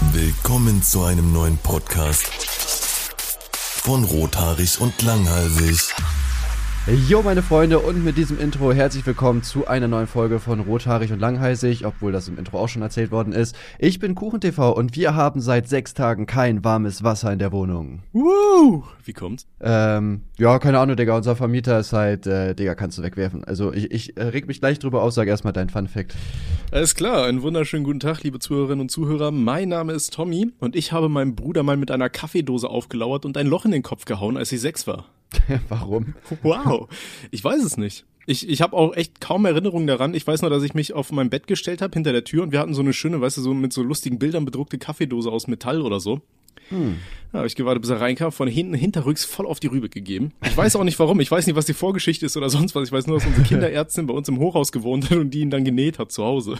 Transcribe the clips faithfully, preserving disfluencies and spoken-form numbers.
Willkommen zu einem neuen Podcast von Rothaarig und Langhalsig. Jo, meine Freunde, und mit diesem Intro herzlich willkommen zu einer neuen Folge von Rothaarig und Langhalsig, obwohl das im Intro auch schon erzählt worden ist. Ich bin KuchenTV und wir haben seit sechs Tagen kein warmes Wasser in der Wohnung. Woo! Wie kommt's? Ähm, ja, keine Ahnung, Digga, unser Vermieter ist halt, äh, Digga, kannst du wegwerfen. Also ich, ich äh, reg mich gleich drüber aus, sag erstmal dein Fun-Fact. Alles klar, einen wunderschönen guten Tag, liebe Zuhörerinnen und Zuhörer. Mein Name ist Tommy und ich habe meinem Bruder mal mit einer Kaffeedose aufgelauert und ein Loch in den Kopf gehauen, als ich sechs war. Warum? Wow, ich weiß es nicht. Ich, ich habe auch echt kaum Erinnerungen daran. Ich weiß nur, dass ich mich auf mein Bett gestellt habe hinter der Tür und wir hatten so eine schöne, weißt du, so mit so lustigen Bildern bedruckte Kaffeedose aus Metall oder so. Hm. Ja, hab ich gewartet, bis er reinkam, von hinten hinterrücks voll auf die Rübe gegeben. Ich weiß auch nicht warum, ich weiß nicht, was die Vorgeschichte ist oder sonst was. Ich weiß nur, dass unsere Kinderärztin bei uns im Hochhaus gewohnt hat und die ihn dann genäht hat zu Hause.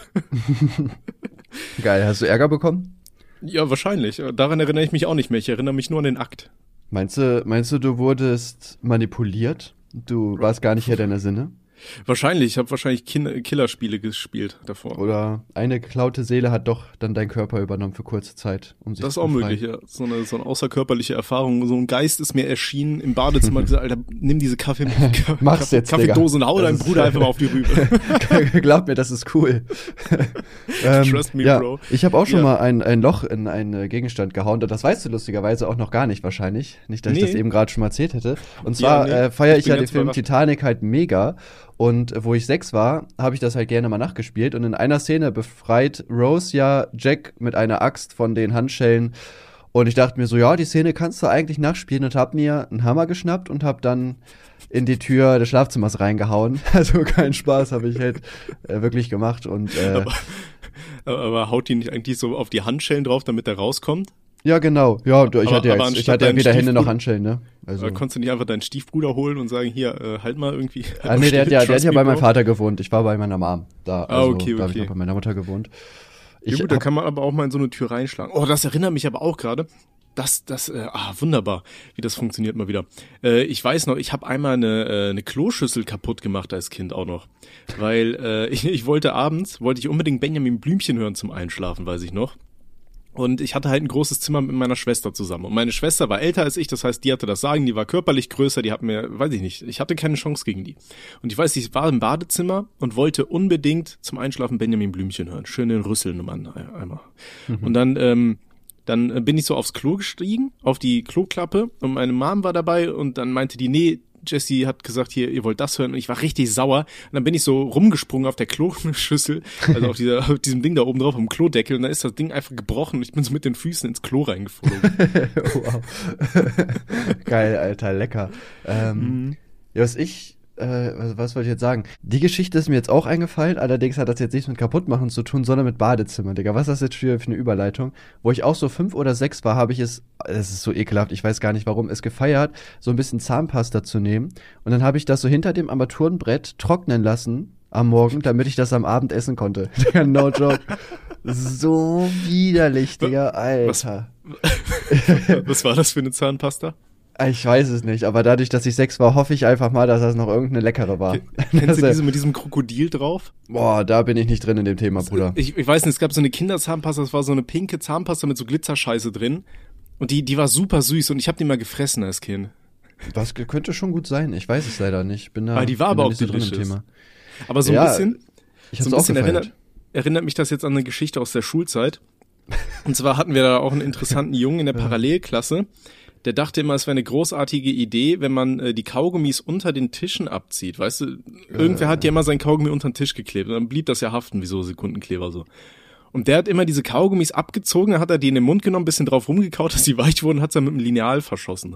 Geil, hast du Ärger bekommen? Ja, wahrscheinlich. Daran erinnere ich mich auch nicht mehr. Ich erinnere mich nur an den Akt. Meinst du, meinst du, du wurdest manipuliert? Du warst gar nicht Herr deiner Sinne? Wahrscheinlich, ich habe wahrscheinlich Kin- Killerspiele gespielt davor. Oder eine geklaute Seele hat doch dann deinen Körper übernommen für kurze Zeit, um sich Das ist zu auch befreien. möglich, ja. So eine, so eine außerkörperliche Erfahrung. So ein Geist ist mir erschienen im Badezimmer und gesagt, Alter, nimm diese Kaffee, Ka- Mach's Kaffee, jetzt, Kaffeedose und hau Das deinem ist- Bruder einfach mal auf die Rübe. Glaub mir, das ist cool. ähm, Trust me, ja, bro. Ich habe auch schon Ja. mal ein, ein Loch in einen Gegenstand gehauen. Und das weißt du lustigerweise auch noch gar nicht wahrscheinlich. Nicht, dass ich Nee. das eben gerade schon mal erzählt hätte. Und zwar Ja, nee. äh, feiere Ich ich bin ja den ganz Film überrascht. Titanic halt mega. Und äh, wo ich sechs war, habe ich das halt gerne mal nachgespielt. Und in einer Szene befreit Rose ja Jack mit einer Axt von den Handschellen. Und ich dachte mir so, ja, die Szene kannst du eigentlich nachspielen, und hab mir einen Hammer geschnappt und hab dann in die Tür des Schlafzimmers reingehauen. Also kein Spaß, habe ich halt äh, wirklich gemacht. Und äh, Aber, aber haut die nicht eigentlich so auf die Handschellen drauf, damit er rauskommt? ja, genau. Ja, du, ich Aber- hatte ja, aber ich anstatt hatte ja deinen weder Hände noch Stiefbruder- Handschellen, ne? Also, Oder konntest du nicht einfach deinen Stiefbruder holen und sagen, hier, äh, halt mal irgendwie. ah, nee, der hat ja, der hat Trust ja me, bei meinem bro. Vater gewohnt. Ich war bei meiner Mom. Da, Ah, also, okay, da habe ich okay. noch bei meiner Mutter gewohnt. Ja Ich gut, da hab, kann man aber auch mal in so eine Tür reinschlagen. Oh, das erinnert mich aber auch gerade. Das, das, äh, ah, wunderbar, wie das funktioniert mal wieder. Äh, ich weiß noch, ich habe einmal eine, äh, eine Kloschüssel kaputt gemacht als Kind auch noch. Weil äh, ich, ich wollte abends, wollte ich unbedingt Benjamin Blümchen hören zum Einschlafen, weiß ich noch. Und ich hatte halt ein großes Zimmer mit meiner Schwester zusammen. Und meine Schwester war älter als ich, das heißt, die hatte das Sagen, die war körperlich größer, die hat mir, weiß ich nicht, ich hatte keine Chance gegen die. Und ich weiß, ich war im Badezimmer und wollte unbedingt zum Einschlafen Benjamin Blümchen hören. Schön den Rüsselnummern einmal. Mhm. Und dann, ähm, dann bin ich so aufs Klo gestiegen, auf die Kloklappe, und meine Mom war dabei und dann meinte die, nee, Jessie hat gesagt, hier, ihr wollt das hören, und ich war richtig sauer. Und dann bin ich so rumgesprungen auf der Kloschüssel, also auf, dieser, auf diesem Ding da oben drauf, am Klodeckel, und dann ist das Ding einfach gebrochen und ich bin so mit den Füßen ins Klo reingeflogen. wow. Geil, Alter, lecker. Ähm, Mhm. ja, was ich, äh, was, was wollte ich jetzt sagen? Die Geschichte ist mir jetzt auch eingefallen, allerdings hat das jetzt nichts mit Kaputtmachen zu tun, sondern mit Badezimmer, Digga. Was ist das jetzt für, für eine Überleitung? Wo ich auch so fünf oder sechs war, habe ich es, es ist so ekelhaft, ich weiß gar nicht warum, es gefeiert, so ein bisschen Zahnpasta zu nehmen. Und dann habe ich das so hinter dem Armaturenbrett trocknen lassen am Morgen, damit ich das am Abend essen konnte. Digga, no joke. So widerlich, Digga, Alter. Was war das für eine Zahnpasta? Ich weiß es nicht, aber dadurch, dass ich sechs war, hoffe ich einfach mal, dass das noch irgendeine leckere war. Kennst du diese mit diesem Krokodil drauf? Boah, da bin ich nicht drin in dem Thema, Bruder. Ich, ich weiß nicht, es gab so eine Kinderzahnpasta, das war so eine pinke Zahnpasta mit so Glitzerscheiße drin. Und die, die war super süß und ich habe die mal gefressen als Kind. Das könnte schon gut sein, ich weiß es leider nicht. Bin da, Aber die war bin aber da auch nicht so drin im delicious. Thema. Aber so ein Ja, bisschen, Ich so hab's ein auch bisschen gefeiert. erinnert, erinnert mich das jetzt an eine Geschichte aus der Schulzeit. Und zwar hatten wir da auch einen interessanten Jungen in der Parallelklasse. Der dachte immer, es wäre eine großartige Idee, wenn man äh, die Kaugummis unter den Tischen abzieht. Weißt du, irgendwer hat ja immer sein Kaugummi unter den Tisch geklebt und dann blieb das ja haften, wie so Sekundenkleber so. Und der hat immer diese Kaugummis abgezogen, dann hat er die in den Mund genommen, bisschen drauf rumgekaut, dass die weich wurden, hat sie dann mit einem Lineal verschossen.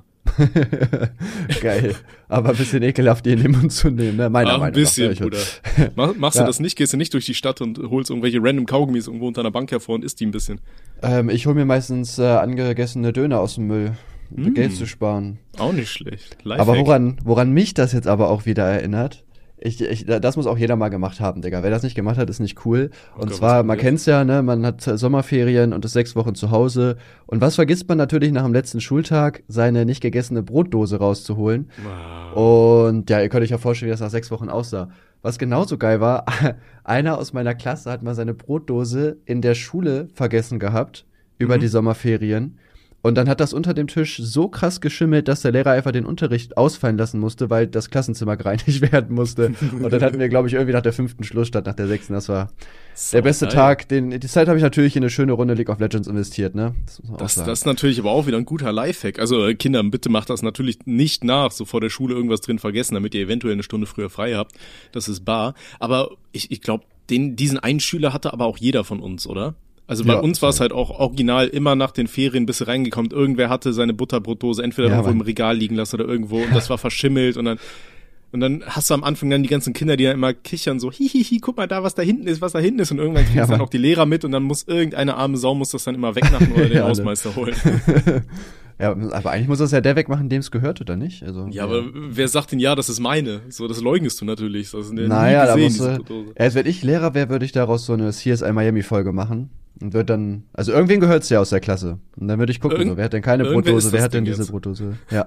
Geil. Aber ein bisschen ekelhaft, die in den Mund zu nehmen, ne? Meiner Ach, ein Meinung bisschen, nach. Bruder. Mach, machst Ja. du das nicht, gehst du nicht durch die Stadt und holst irgendwelche random Kaugummis irgendwo unter einer Bank hervor und isst die ein bisschen. Ähm, ich hole mir meistens äh, angegessene Döner aus dem Müll, um Mm. Geld zu sparen. Auch nicht schlecht. Lifehack. Aber woran, woran mich das jetzt aber auch wieder erinnert, ich, ich, das muss auch jeder mal gemacht haben, Digga. Wer das nicht gemacht hat, ist nicht cool. Und Gott, zwar, was man kommt kennt's ja, ne, man hat äh, Sommerferien und ist sechs Wochen zu Hause. Und was vergisst man natürlich nach dem letzten Schultag? Seine nicht gegessene Brotdose rauszuholen. Wow. Und ja, ihr könnt euch ja vorstellen, wie das nach sechs Wochen aussah. Was genauso geil war, einer aus meiner Klasse hat mal seine Brotdose in der Schule vergessen gehabt. über Mhm. die Sommerferien. Und dann hat das unter dem Tisch so krass geschimmelt, dass der Lehrer einfach den Unterricht ausfallen lassen musste, weil das Klassenzimmer gereinigt werden musste. Und dann hatten wir, glaube ich, irgendwie nach der fünften Schluss statt nach der sechsten. Das war So der beste geil. Tag. Den, die Zeit habe ich natürlich in eine schöne Runde League of Legends investiert, ne? Das muss man auch Das, sagen. das ist natürlich aber auch wieder ein guter Lifehack. Also äh, Kinder, bitte macht das natürlich nicht nach, so vor der Schule irgendwas drin vergessen, damit ihr eventuell eine Stunde früher frei habt. Das ist bar. Aber ich, ich glaube, den diesen einen Schüler hatte aber auch jeder von uns, oder? Also bei Ja, uns war es ja. halt auch original immer nach den Ferien, bis du reingekommen, irgendwer hatte seine Butterbrotdose entweder Ja, irgendwo im Mann. Regal liegen lassen oder irgendwo und das war verschimmelt und dann und dann hast du am Anfang dann die ganzen Kinder, die dann immer kichern, so, hihihi, guck mal da, was da hinten ist, was da hinten ist. Und irgendwann kriegst Ja, dann Mann. auch die Lehrer mit und dann muss irgendeine arme Sau muss das dann immer wegmachen oder den Ja, alle. Hausmeister holen. Ja, aber eigentlich muss das ja der wegmachen, dem es gehört, oder nicht? Also, Ja, aber wer sagt denn, ja, das ist meine? So, das leugnest du natürlich. Das ist nie Naja, da gesehen, musst diese du. Dose. Erst wenn ich Lehrer wäre, würde ich daraus so eine C S I Miami-Folge machen. Und würde dann. Also irgendwen gehört's ja aus der Klasse. Und dann würde ich gucken, Irgend- so, wer hat denn keine irgendwer Brotdose, ist wer das hat denn Ding diese jetzt. Brotdose? Ja.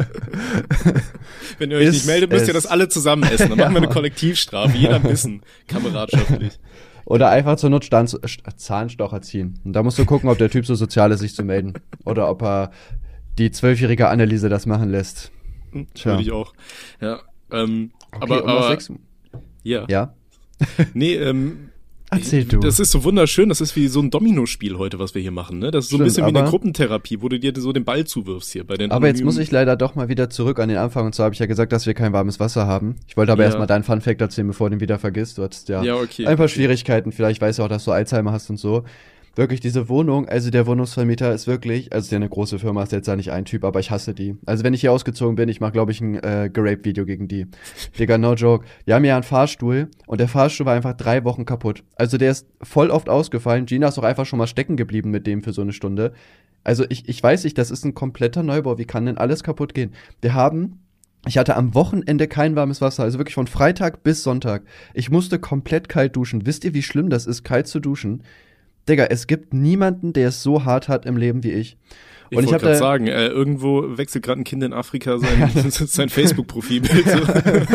Wenn ihr euch Ist nicht meldet, müsst ihr es- das alle zusammen essen. Dann Ja, machen wir eine Mann. Kollektivstrafe. Jeder ein bisschen. Kameradschaftlich. Oder einfach zur Not Stahn- St- Zahnstocher ziehen. Und da musst du gucken, ob der Typ so sozial ist, sich zu melden. Oder ob er die zwölfjährige Anneliese das machen lässt. Tja. Würde ich auch. Ja. Ähm, Okay, aber, und was aber sechs? ja. Ja. Nee, ähm, Erzähl du. Das ist so wunderschön, das ist wie so ein Dominospiel heute, was wir hier machen, ne? Das ist so ein Stimmt, bisschen wie eine aber- Gruppentherapie, wo du dir so den Ball zuwirfst hier bei den Aber jetzt anonymen- muss ich leider doch mal wieder zurück an den Anfang. Und zwar habe ich ja gesagt, dass wir kein warmes Wasser haben. Ich wollte aber Ja. erstmal deinen Funfact erzählen, bevor du ihn wieder vergisst. Du hattest ja, Ja, okay. ein paar okay. Schwierigkeiten. Vielleicht weißt du auch, dass du Alzheimer hast und so. Wirklich, diese Wohnung, also der Wohnungsvermieter ist wirklich, also ist ja eine große Firma, ist jetzt ja nicht ein Typ, aber ich hasse die. Also wenn ich hier ausgezogen bin, ich mache, glaube ich, ein äh, Gerape-Video gegen die. Digga, no joke. Wir haben ja einen Fahrstuhl und der Fahrstuhl war einfach drei Wochen kaputt. Also der ist voll oft ausgefallen. Gina ist auch einfach schon mal stecken geblieben mit dem für so eine Stunde. Also ich, ich weiß nicht, das ist ein kompletter Neubau. Wie kann denn alles kaputt gehen? Wir haben Ich hatte am Wochenende kein warmes Wasser, also wirklich von Freitag bis Sonntag. Ich musste komplett kalt duschen. Wisst ihr, wie schlimm das ist, kalt zu duschen? Digga, es gibt niemanden, der es so hart hat im Leben wie ich. Ich Und ich wollte hab gerade da- sagen, äh, irgendwo wechselt gerade ein Kind in Afrika sein, sein Facebook-Profilbild. So.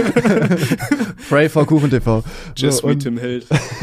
Pray for Kuchen T V. Just So, wie und Tim Held.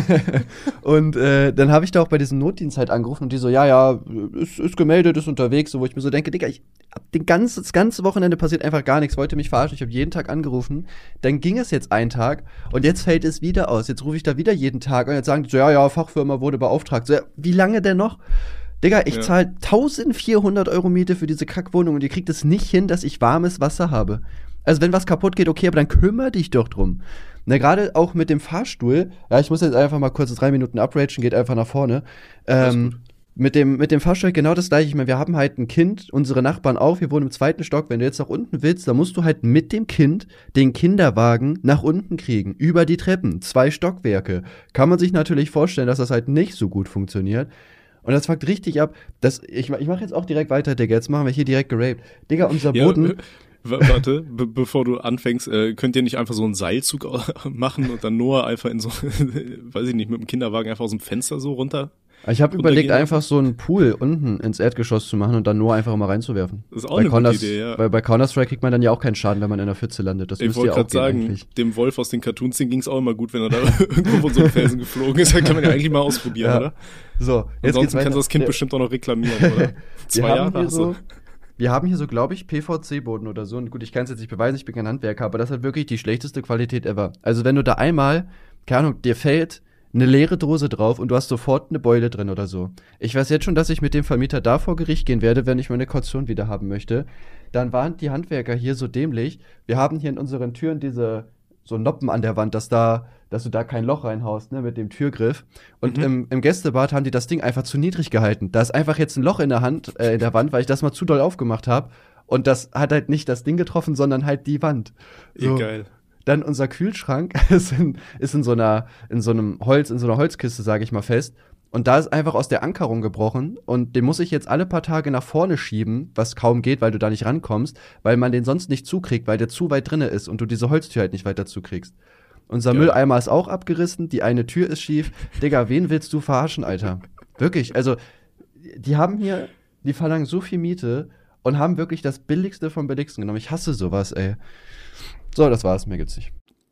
und äh, dann habe ich da auch bei diesem Notdienst halt angerufen und die so, ja, ja, ist, ist gemeldet, ist unterwegs, so, wo ich mir so denke, Digga, ich hab den ganzen, das ganze Wochenende passiert einfach gar nichts, wollte mich verarschen, ich habe jeden Tag angerufen, dann ging es jetzt einen Tag und jetzt fällt es wieder aus, jetzt rufe ich da wieder jeden Tag und jetzt sagen die so, ja, ja, Fachfirma wurde beauftragt. So, ja, wie lange denn noch? Digga, ich Ja. zahle eintausendvierhundert Euro Miete für diese Kackwohnung und ihr kriegt es nicht hin, dass ich warmes Wasser habe. Also wenn was kaputt geht, okay, aber dann kümmere dich doch drum. Na, gerade auch mit dem Fahrstuhl, ja, ich muss jetzt einfach mal kurz drei Minuten upragen, geht einfach nach vorne. Alles Ähm, gut. mit dem, mit dem Fahrstuhl genau das gleiche. Ich meine, wir haben halt ein Kind, unsere Nachbarn auch, wir wohnen im zweiten Stock. Wenn du jetzt nach unten willst, dann musst du halt mit dem Kind den Kinderwagen nach unten kriegen, über die Treppen, zwei Stockwerke. Kann man sich natürlich vorstellen, dass das halt nicht so gut funktioniert. Und das fuckt richtig ab. Das, ich ich mache jetzt auch direkt weiter, Digga. Jetzt machen wir hier direkt geraped. Digga, unser Ja, Boden. äh, w- warte, be bevor du anfängst, äh, könnt ihr nicht einfach so einen Seilzug machen und dann Noah einfach in so, weiß ich nicht, mit dem Kinderwagen einfach aus dem Fenster so runter? Ich habe runtergehen überlegt, lassen? einfach so einen Pool unten ins Erdgeschoss zu machen und dann nur einfach mal reinzuwerfen. Das ist auch bei eine gute Counter- Idee, ja. Weil bei Counter-Strike kriegt man dann ja auch keinen Schaden, wenn man in der Pfütze landet. Das Ich müsste wollte ja auch gerade gehen sagen, eigentlich. dem Wolf aus den Cartoons, den ging's auch immer gut, wenn er da irgendwo von so einem Felsen geflogen ist. Da kann man ja eigentlich mal ausprobieren, Ja. oder? So, jetzt geht's Ansonsten weiter. kannst du das Kind Ja. bestimmt auch noch reklamieren, oder? Wir Zwei haben Jahre hier hast du. so, wir haben hier so, glaube ich, P V C-Boden oder so. Und gut, ich kann es jetzt nicht beweisen, ich bin kein Handwerker, aber das hat wirklich die schlechteste Qualität ever. Also wenn du da einmal, keine Ahnung, dir fällt eine leere Dose drauf und du hast sofort eine Beule drin oder so. Ich weiß jetzt schon, dass ich mit dem Vermieter da vor Gericht gehen werde, wenn ich meine Kaution wieder haben möchte. Dann waren die Handwerker hier so dämlich. Wir haben hier in unseren Türen diese so Noppen an der Wand, dass da, dass du da kein Loch reinhaust, ne, mit dem Türgriff. Und Mhm. im, im Gästebad haben die das Ding einfach zu niedrig gehalten. Da ist einfach jetzt ein Loch in der Hand, äh, in der Wand, weil ich das mal zu doll aufgemacht habe. Und das hat halt nicht das Ding getroffen, sondern halt die Wand. Eh, geil. Dann unser Kühlschrank ist in, ist in so einer, in so einem Holz, in so einer Holzkiste, sage ich mal, fest. Und da ist einfach aus der Ankerung gebrochen und den muss ich jetzt alle paar Tage nach vorne schieben, was kaum geht, weil du da nicht rankommst, weil man den sonst nicht zukriegt, weil der zu weit drinne ist und du diese Holztür halt nicht weiter zukriegst. Unser Geil. Mülleimer ist auch abgerissen, die eine Tür ist schief. Digga, wen willst du verarschen, Alter? Wirklich, also die haben hier, die verlangen so viel Miete und haben wirklich das Billigste vom Billigsten genommen. Ich hasse sowas, ey. So, das war's, mir gibt's nicht.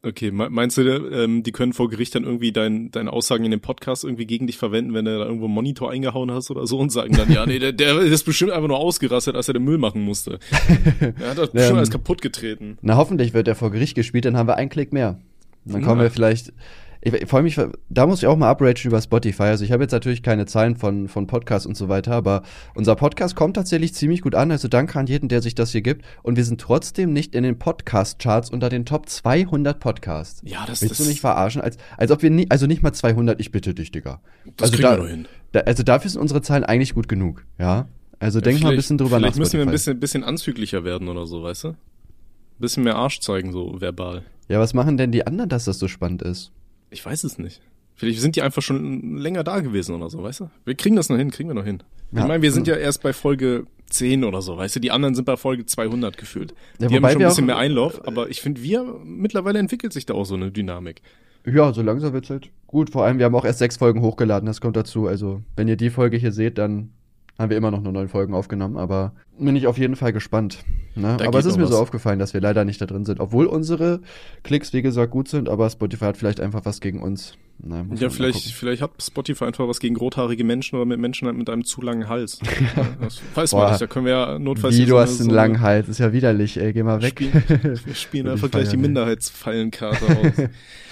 Okay, meinst du, ähm, die können vor Gericht dann irgendwie dein, deine Aussagen in dem Podcast irgendwie gegen dich verwenden, wenn du da irgendwo einen Monitor eingehauen hast oder so und sagen dann, ja, nee, der, der ist bestimmt einfach nur ausgerastet, als er den Müll machen musste. Er hat das bestimmt ähm, alles kaputt getreten. Na, hoffentlich wird er vor Gericht gespielt, dann haben wir einen Klick mehr. Dann kommen Ja. wir vielleicht, ich, ich freue mich, da muss ich auch mal upragen über Spotify. Also ich habe jetzt natürlich keine Zahlen von, von Podcasts und so weiter, aber unser Podcast kommt tatsächlich ziemlich gut an. Also danke an jeden, der sich das hier gibt. Und wir sind trotzdem nicht in den Podcast-Charts unter den Top zweihundert Podcasts. Ja, das, Willst das, du mich verarschen? Als, als ob wir nie, also nicht mal zweihundert, ich bitte dich, Digga. das also kriegen da, wir doch hin. Da, also dafür sind unsere Zahlen eigentlich gut genug, ja. Also denk mal ein Vielleicht- bisschen drüber nach. Vielleicht müssen wir ein Spotify. bisschen, bisschen anzüglicher werden oder so, weißt du? Ein bisschen mehr Arsch zeigen, so verbal. Ja, was machen denn die anderen, dass das so spannend ist? Ich weiß es nicht. Vielleicht sind die einfach schon länger da gewesen oder so, weißt du? Wir kriegen das noch hin, kriegen wir noch hin. Ja. Ich meine, wir sind ja erst bei Folge zehn oder so, weißt du? Die anderen sind bei Folge zweihundert gefühlt. Ja, die haben wobei schon wir ein bisschen auch- mehr Einlauf, aber ich finde, wir, mittlerweile entwickelt sich da auch so eine Dynamik. Ja, so langsam wird's halt gut. Vor allem, wir haben auch erst sechs Folgen hochgeladen, das kommt dazu. Also, wenn ihr die Folge hier seht, dann haben wir immer noch nur neun Folgen aufgenommen, aber bin ich auf jeden Fall gespannt. Ne? Da Aber es geht ist noch mir so was. aufgefallen, dass wir leider nicht da drin sind. Obwohl unsere Klicks, wie gesagt, gut sind, aber Spotify hat vielleicht einfach was gegen uns. Na, muss Ja, man mal vielleicht, gucken. vielleicht hat Spotify einfach was gegen rothaarige Menschen oder mit Menschen halt mit einem zu langen Hals. Das weiß Boah. man nicht, da können wir ja notfalls Wie, hier du so hast eine- einen so langen eine- Hals, ist ja widerlich, ey, geh mal weg. Spielen, wir spielen Würde einfach ich gleich die feiern, ey. Minderheitsfallenkarte aus.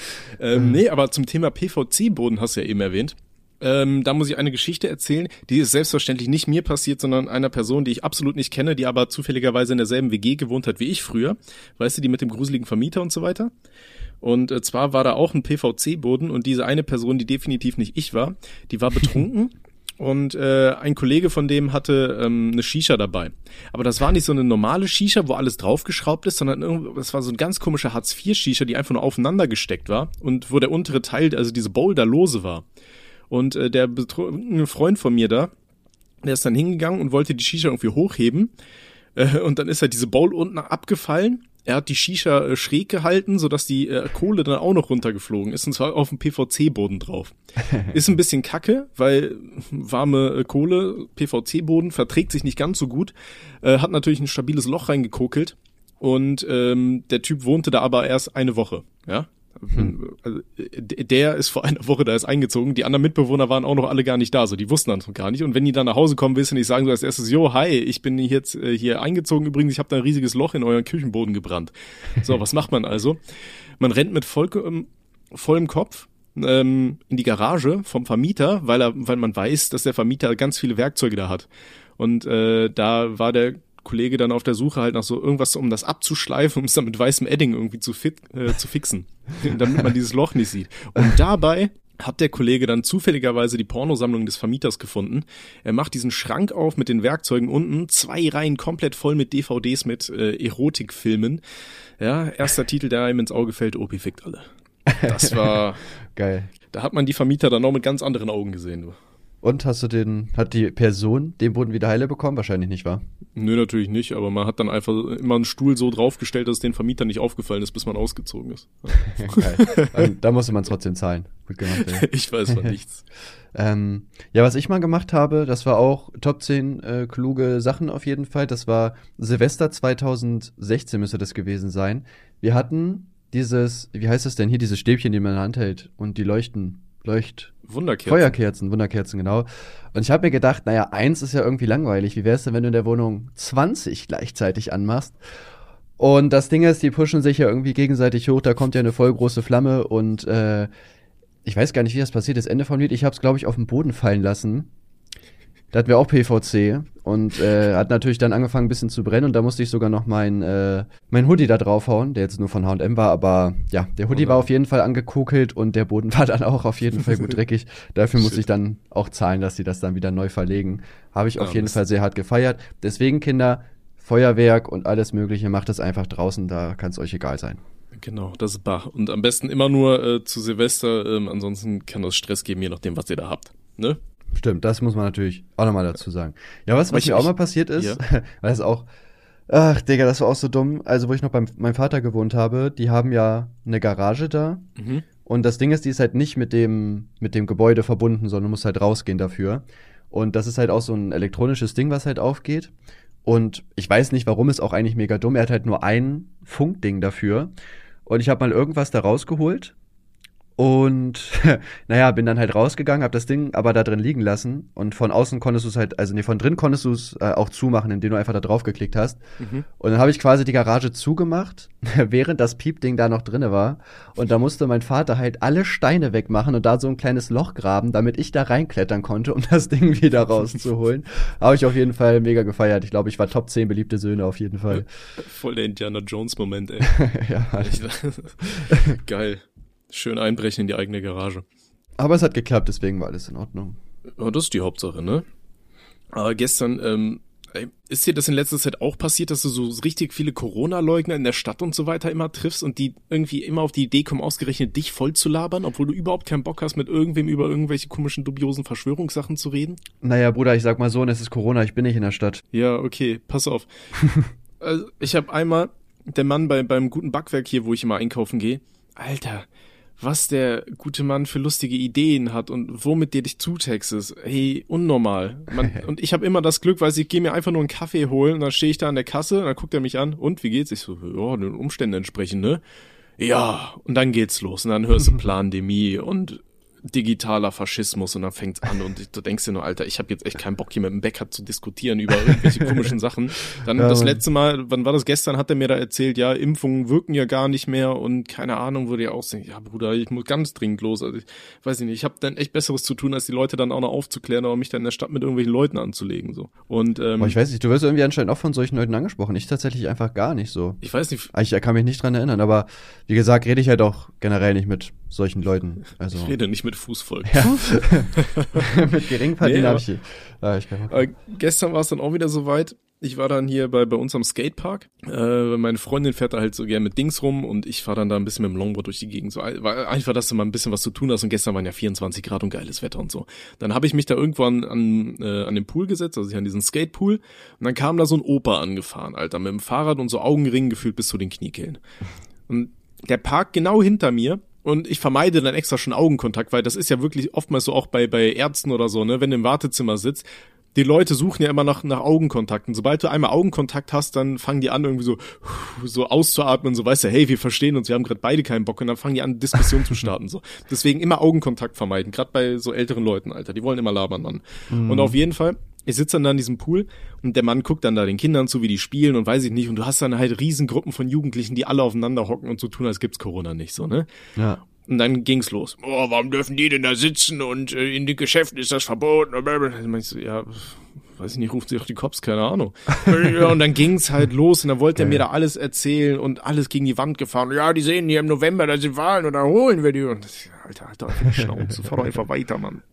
ähm, nee, aber zum Thema P V C-Boden hast du ja eben erwähnt. Ähm, da muss ich eine Geschichte erzählen, die ist selbstverständlich nicht mir passiert, sondern einer Person, die ich absolut nicht kenne, die aber zufälligerweise in derselben W G gewohnt hat wie ich früher. Weißt du, die mit dem gruseligen Vermieter und so weiter. Und äh, zwar war da auch ein P V C-Boden und diese eine Person, die definitiv nicht ich war, die war betrunken. Und äh, ein Kollege von dem hatte ähm, eine Shisha dabei. Aber das war nicht so eine normale Shisha, wo alles draufgeschraubt ist, sondern irgend- das war so ein ganz komischer Hartz vier Shisha, die einfach nur aufeinander gesteckt war und wo der untere Teil, also diese Bowl da lose war. Und äh, der betrunkene Freund von mir da, der ist dann hingegangen und wollte die Shisha irgendwie hochheben. Äh, und dann ist halt diese Bowl unten abgefallen. Er hat die Shisha äh, schräg gehalten, sodass die äh, Kohle dann auch noch runtergeflogen ist, und zwar auf dem P V C-Boden drauf. Ist ein bisschen kacke, weil warme äh, Kohle, P V C-Boden, verträgt sich nicht ganz so gut. Äh, hat natürlich ein stabiles Loch reingekokelt. Und ähm, der Typ wohnte da aber erst eine Woche, ja. Hm. Also, d- der ist vor einer Woche da ist eingezogen. Die anderen Mitbewohner waren auch noch alle gar nicht da, so die wussten das noch gar nicht. Und wenn die dann nach Hause kommen, willst du nicht sagen so als erstes, jo, hi, ich bin jetzt äh, hier eingezogen übrigens, ich habe da ein riesiges Loch in euren Küchenboden gebrannt. So, was macht man also? Man rennt mit voll, ähm, vollem Kopf ähm, in die Garage vom Vermieter, weil er, weil man weiß, dass der Vermieter ganz viele Werkzeuge da hat. Und äh, da war der Kollege dann auf der Suche halt nach so irgendwas, um das abzuschleifen, um es dann mit weißem Edding irgendwie zu, fit, äh, zu fixen, damit man dieses Loch nicht sieht. Und dabei hat der Kollege dann zufälligerweise die Pornosammlung des Vermieters gefunden. Er macht diesen Schrank auf mit den Werkzeugen unten, zwei Reihen komplett voll mit D V Ds mit äh, Erotikfilmen. Ja, erster Titel, der einem ins Auge fällt, Opi fickt alle. Das war, Geil. da hat man die Vermieter dann auch mit ganz anderen Augen gesehen. Du. Und hast du den, hat die Person den Boden wieder heile bekommen? Wahrscheinlich nicht, wahr? Nö, natürlich nicht, aber man hat dann einfach immer einen Stuhl so draufgestellt, dass es den Vermieter nicht aufgefallen ist, bis man ausgezogen ist. Geil. Also, da musste man trotzdem zahlen. Gut gemacht, ey. Ich weiß von nichts. Ähm, ja, was ich mal gemacht habe, das war auch Top zehn äh, kluge Sachen auf jeden Fall. Das war Silvester zweitausendsechzehn müsste das gewesen sein. Wir hatten dieses, wie heißt das denn hier, dieses Stäbchen, die man in der Hand hält und die leuchten, leucht, Wunderkerzen. Feuerkerzen, Wunderkerzen, genau. Und ich habe mir gedacht, naja, eins ist ja irgendwie langweilig. Wie wär's denn, wenn du in der Wohnung zwanzig gleichzeitig anmachst? Und das Ding ist, die pushen sich ja irgendwie gegenseitig hoch, da kommt ja eine voll große Flamme und äh, ich weiß gar nicht, wie das passiert ist. Ende vom Lied, ich habe es, glaube ich, auf den Boden fallen lassen. Da hatten wir auch P V C und äh, hat natürlich dann angefangen ein bisschen zu brennen und da musste ich sogar noch mein, äh, mein Hoodie da draufhauen, der jetzt nur von H und M war, aber ja, der Hoodie Oh war nein. auf jeden Fall angekokelt und der Boden war dann auch auf jeden Fall gut dreckig. Dafür musste Shit. ich dann auch zahlen, dass sie das dann wieder neu verlegen. Habe ich auf Ah, jeden Mist. Fall sehr hart gefeiert. Deswegen, Kinder, Feuerwerk und alles Mögliche, macht es einfach draußen, da kann es euch egal sein. Genau, das ist Bach. Und am besten immer nur äh, zu Silvester, ähm, ansonsten kann das Stress geben, je nachdem, was ihr da habt. Ne? Stimmt, das muss man natürlich auch nochmal dazu sagen. Ja, was, was Ich- mir auch ich- mal passiert ist, ja. weil das auch, ach, Digga, das war auch so dumm. Also, wo ich noch bei meinem Vater gewohnt habe, die haben ja eine Garage da. Mhm. Und das Ding ist, die ist halt nicht mit dem, mit dem Gebäude verbunden, sondern du musst halt rausgehen dafür. Und das ist halt auch so ein elektronisches Ding, was halt aufgeht. Und ich weiß nicht, warum, ist auch eigentlich mega dumm. Er hat halt nur ein Funkding dafür. und ich habe mal irgendwas da rausgeholt. Und naja, bin dann halt rausgegangen, hab das Ding aber da drin liegen lassen. Und von außen konntest du es halt, also nee, von drin konntest du es äh, auch zumachen, indem du einfach da drauf geklickt hast. Mhm. Und dann habe ich quasi die Garage zugemacht, während das Piepding da noch drinne war. Und da musste mein Vater halt alle Steine wegmachen und da so ein kleines Loch graben, damit ich da reinklettern konnte, um das Ding wieder rauszuholen. Habe ich auf jeden Fall mega gefeiert. Ich glaube, ich war Top zehn beliebte Söhne auf jeden Fall. Voll der Indiana Jones-Moment, ey. Ja, geil. Schön einbrechen in die eigene Garage. Aber es hat geklappt, deswegen war alles in Ordnung. Ja, das ist die Hauptsache, ne? Aber gestern, ähm, ist dir das in letzter Zeit auch passiert, dass du so richtig viele Corona-Leugner in der Stadt und so weiter immer triffst und die irgendwie immer auf die Idee kommen, ausgerechnet dich voll zu labern, obwohl du überhaupt keinen Bock hast, mit irgendwem über irgendwelche komischen, dubiosen Verschwörungssachen zu reden? Naja, Bruder, ich sag mal so, es ist Corona, ich bin nicht in der Stadt. Ja, okay, pass auf. Also, ich habe einmal, der Mann bei, beim guten Backwerk hier, wo ich immer einkaufen gehe, Alter, was der gute Mann für lustige Ideen hat und womit der dich zutextest. Hey, unnormal. Man, und ich habe immer das Glück, weil ich gehe mir einfach nur einen Kaffee holen und dann stehe ich da an der Kasse und dann guckt er mich an. Und, wie geht's? Ich so, ja, den Umständen entsprechend, ne? Ja, und dann geht's los. Und dann hörst du Plandemie und digitaler Faschismus und dann fängt's an und du denkst dir nur, Alter, ich habe jetzt echt keinen Bock, hier mit dem Bäcker zu diskutieren über irgendwelche komischen Sachen. Dann ja, das letzte Mal, wann war das gestern, hat er mir da erzählt, ja, Impfungen wirken ja gar nicht mehr und keine Ahnung, würde ja auch sagen, ja Bruder, ich muss ganz dringend los. Also ich weiß ich nicht, ich habe dann echt Besseres zu tun, als die Leute dann auch noch aufzuklären, aber mich dann in der Stadt mit irgendwelchen Leuten anzulegen. So. Und ähm, Boah, ich weiß nicht, du wirst irgendwie anscheinend auch von solchen Leuten angesprochen. Ich tatsächlich einfach gar nicht so. Ich weiß nicht. Ich kann mich nicht dran erinnern, aber wie gesagt, rede ich halt auch generell nicht mit solchen Leuten. Also ich rede nicht mit Fußvolk. Ja. Mit Geringverdienern habe ich, ah, ich äh, gestern war es dann auch wieder soweit. Ich war dann hier bei bei uns am Skatepark. Äh, meine Freundin fährt da halt so gerne mit Dings rum und ich fahre dann da ein bisschen mit dem Longboard durch die Gegend. So war einfach, dass du mal ein bisschen was zu tun hast und gestern waren ja vierundzwanzig Grad und geiles Wetter und so. Dann habe ich mich da irgendwo an an, äh, an den Pool gesetzt, also hier an diesen Skatepool und dann kam da so ein Opa angefahren, Alter, mit dem Fahrrad und so Augenringen gefühlt bis zu den Kniekehlen. Und der parkt genau hinter mir. Und ich vermeide dann extra schon Augenkontakt, weil das ist ja wirklich oftmals so auch bei bei Ärzten oder so, ne, wenn du im Wartezimmer sitzt, die Leute suchen ja immer nach nach Augenkontakt. Und sobald du einmal Augenkontakt hast, dann fangen die an irgendwie so so auszuatmen, so weißt du, hey, wir verstehen uns, wir haben gerade beide keinen Bock und dann fangen die an Diskussion zu starten so. Deswegen immer Augenkontakt vermeiden, gerade bei so älteren Leuten, Alter, die wollen immer labern, Mann. Mhm. Und auf jeden Fall, ich sitze dann da in diesem Pool und der Mann guckt dann da den Kindern zu, wie die spielen und weiß ich nicht. Und du hast dann halt Riesengruppen von Jugendlichen, die alle aufeinander hocken und so tun, als gibt's Corona nicht, so, ne? Ja. Und dann ging's los. Oh, warum dürfen die denn da sitzen und äh, in den Geschäften ist das verboten? Dann meinst du, ja, weiß ich nicht, ruft sich auch die Cops, keine Ahnung. Ja, und dann ging's halt los und dann wollte er mir da alles erzählen und alles gegen die Wand gefahren. Ja, die sehen hier im November, da sind Wahlen und dann holen wir die. Und das, Alter, Alter, einfach die Schnauze, fahr doch einfach weiter, Mann.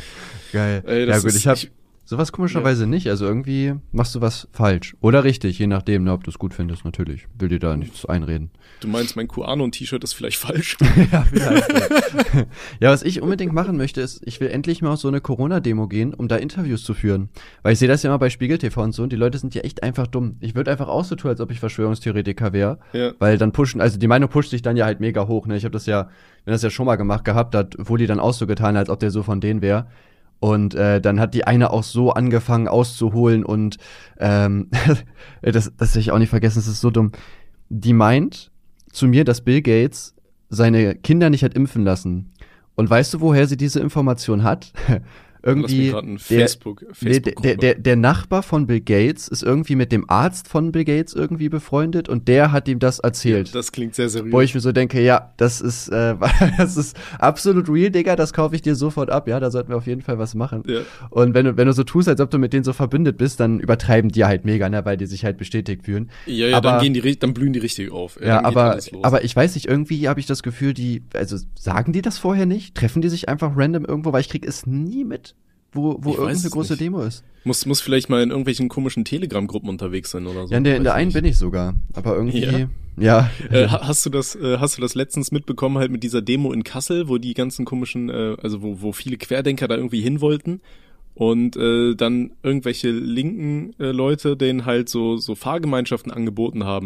Geil. Ey, ja gut, ist, ich hab ich, sowas komischerweise ja. nicht. Also irgendwie machst du was falsch. Oder richtig, je nachdem, ne, ob du es gut findest, natürlich. Will dir da nichts einreden. Du meinst, mein QAnon-T-Shirt ist vielleicht falsch? Ja, vielleicht. Ja. Ja, was ich unbedingt machen möchte, ist, ich will endlich mal auf so eine Corona-Demo gehen, um da Interviews zu führen. Weil ich sehe das ja immer bei Spiegel T V und so, und die Leute sind ja echt einfach dumm. Ich würde einfach auch so tun, als ob ich Verschwörungstheoretiker wäre. Ja. Weil dann pushen, also die Meinung pusht sich dann ja halt mega hoch, ne? Ich habe das ja, wenn das ja schon mal gemacht gehabt hat, wurde die dann auch so getan, als ob der so von denen wäre. Und äh, dann hat die eine auch so angefangen auszuholen und ähm, das, das will ich auch nicht vergessen, das ist so dumm. Die meint zu mir, dass Bill Gates seine Kinder nicht hat impfen lassen. Und weißt du, woher sie diese Information hat? Irgendwie der, Facebook, Facebook der, der, der Nachbar von Bill Gates ist irgendwie mit dem Arzt von Bill Gates irgendwie befreundet und der hat ihm das erzählt. Ja, das klingt sehr seriös. Wo ich mir so denke, ja, das ist äh, das ist absolut real, Digga, das kaufe ich dir sofort ab, ja, da sollten wir auf jeden Fall was machen. Ja. Und wenn du wenn du so tust, als ob du mit denen so verbündet bist, dann übertreiben die halt mega, ne, weil die sich halt bestätigt fühlen. Ja, ja, aber, dann gehen die dann blühen die richtig auf. Ja, ja aber aber ich weiß nicht, irgendwie habe ich das Gefühl, die also sagen die das vorher nicht? Treffen die sich einfach random irgendwo, weil ich krieg es nie mit. Wo, wo irgendeine große nicht. Demo ist. Muss, muss vielleicht mal in irgendwelchen komischen Telegram-Gruppen unterwegs sein oder so. Ja, in der, in der einen bin ich sogar. Aber irgendwie, ja. ja. Äh, hast du das, äh, hast du das letztens mitbekommen halt mit dieser Demo in Kassel, wo die ganzen komischen, äh, also wo, wo viele Querdenker da irgendwie hin wollten und äh, dann irgendwelche linken äh, Leute denen halt so, so Fahrgemeinschaften angeboten haben.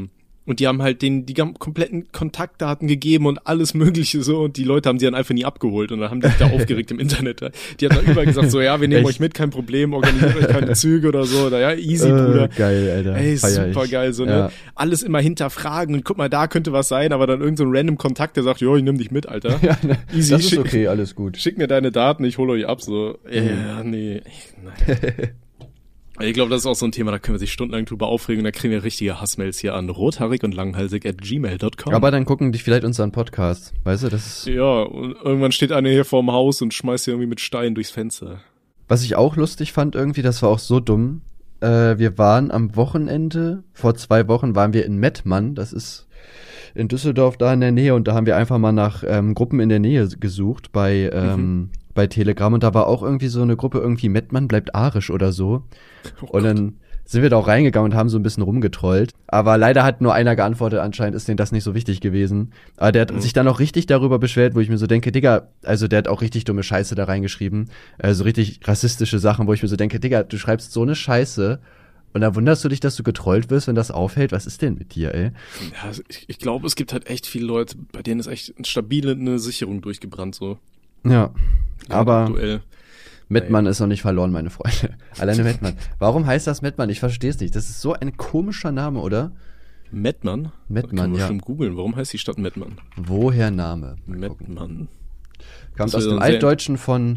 Und die haben halt den die kompletten Kontaktdaten gegeben und alles mögliche so und die Leute haben sie dann einfach nie abgeholt und dann haben die sich da aufgeregt im Internet. Die haben dann überall gesagt so, ja, wir nehmen Echt? euch mit, kein Problem, organisiert euch keine Züge oder so. Oder, ja, easy, äh, Bruder. Geil, Alter. Ey, super geil, so, ne? Ja. Alles immer hinterfragen und guck mal, da könnte was sein, aber dann irgend so ein random Kontakt, der sagt, jo, ich nehm dich mit, Alter. Ja, ne, easy. Das ist schick, okay, alles gut. Schick mir deine Daten, ich hole euch ab, so. Ja, mhm. nee, nein. Ich glaube, das ist auch so ein Thema, da können wir sich stundenlang drüber aufregen, da kriegen wir richtige Hassmails hier an rothaarig und langhalsig at gmail dot com. Aber dann gucken die vielleicht unseren Podcast, weißt du, das ist... Ja, und irgendwann steht einer hier vorm Haus und schmeißt hier irgendwie mit Steinen durchs Fenster. Was ich auch lustig fand irgendwie, das war auch so dumm, äh, wir waren am Wochenende, vor zwei Wochen waren wir in Mettmann, das ist in Düsseldorf da in der Nähe und da haben wir einfach mal nach ähm, Gruppen in der Nähe gesucht bei... Ähm, mhm. bei Telegram und da war auch irgendwie so eine Gruppe, irgendwie Mettmann bleibt arisch oder so. Oh und dann sind wir da auch reingegangen und haben so ein bisschen rumgetrollt. Aber leider hat nur einer geantwortet, anscheinend ist denen das nicht so wichtig gewesen. Aber der hat mhm. sich dann auch richtig darüber beschwert, wo ich mir so denke, Digga, also der hat auch richtig dumme Scheiße da reingeschrieben. Also richtig rassistische Sachen, wo ich mir so denke, Digga, du schreibst so eine Scheiße und dann wunderst du dich, dass du getrollt wirst, wenn das auffällt. Was ist denn mit dir, ey? Ja, ich, ich glaube, es gibt halt echt viele Leute, bei denen ist echt eine stabile eine Sicherung durchgebrannt, so. Ja, aber Duell. Mettmann ist noch nicht verloren, meine Freunde. Alleine Mettmann. Warum heißt das Mettmann? Ich verstehe es nicht. Das ist so ein komischer Name, oder? Mettmann? Mettmann, ja. Können wir schon googeln. Warum heißt die Stadt Mettmann? Woher Name? Mettmann. Kommt aus dem Altdeutschen von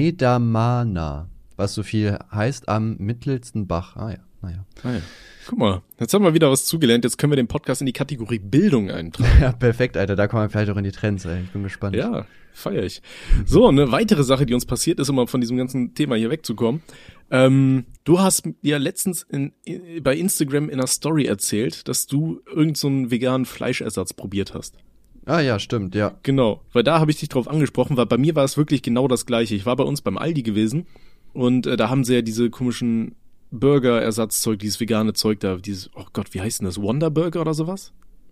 Medamana, was so viel heißt am mittelsten Bach. Ah ja, naja. Ah ja. Guck mal, jetzt haben wir wieder was zugelernt. Jetzt können wir den Podcast in die Kategorie Bildung eintragen. Ja, perfekt, Alter. Da kommen wir vielleicht auch in die Trends, ey. Ich bin gespannt. Ja, feier ich. So, eine weitere Sache, die uns passiert ist, um mal von diesem ganzen Thema hier wegzukommen. Ähm, du hast ja letztens in, in, bei Instagram in einer Story erzählt, dass du irgend so einen veganen Fleischersatz probiert hast. Ah ja, stimmt, ja. Genau, weil da habe ich dich drauf angesprochen, weil bei mir war es wirklich genau das Gleiche. Ich war bei uns beim Aldi gewesen und äh, da haben sie ja diese komischen Burger-Ersatzzeug, dieses vegane Zeug da, dieses, oh Gott, wie heißt denn das? Wonder Burger oder sowas?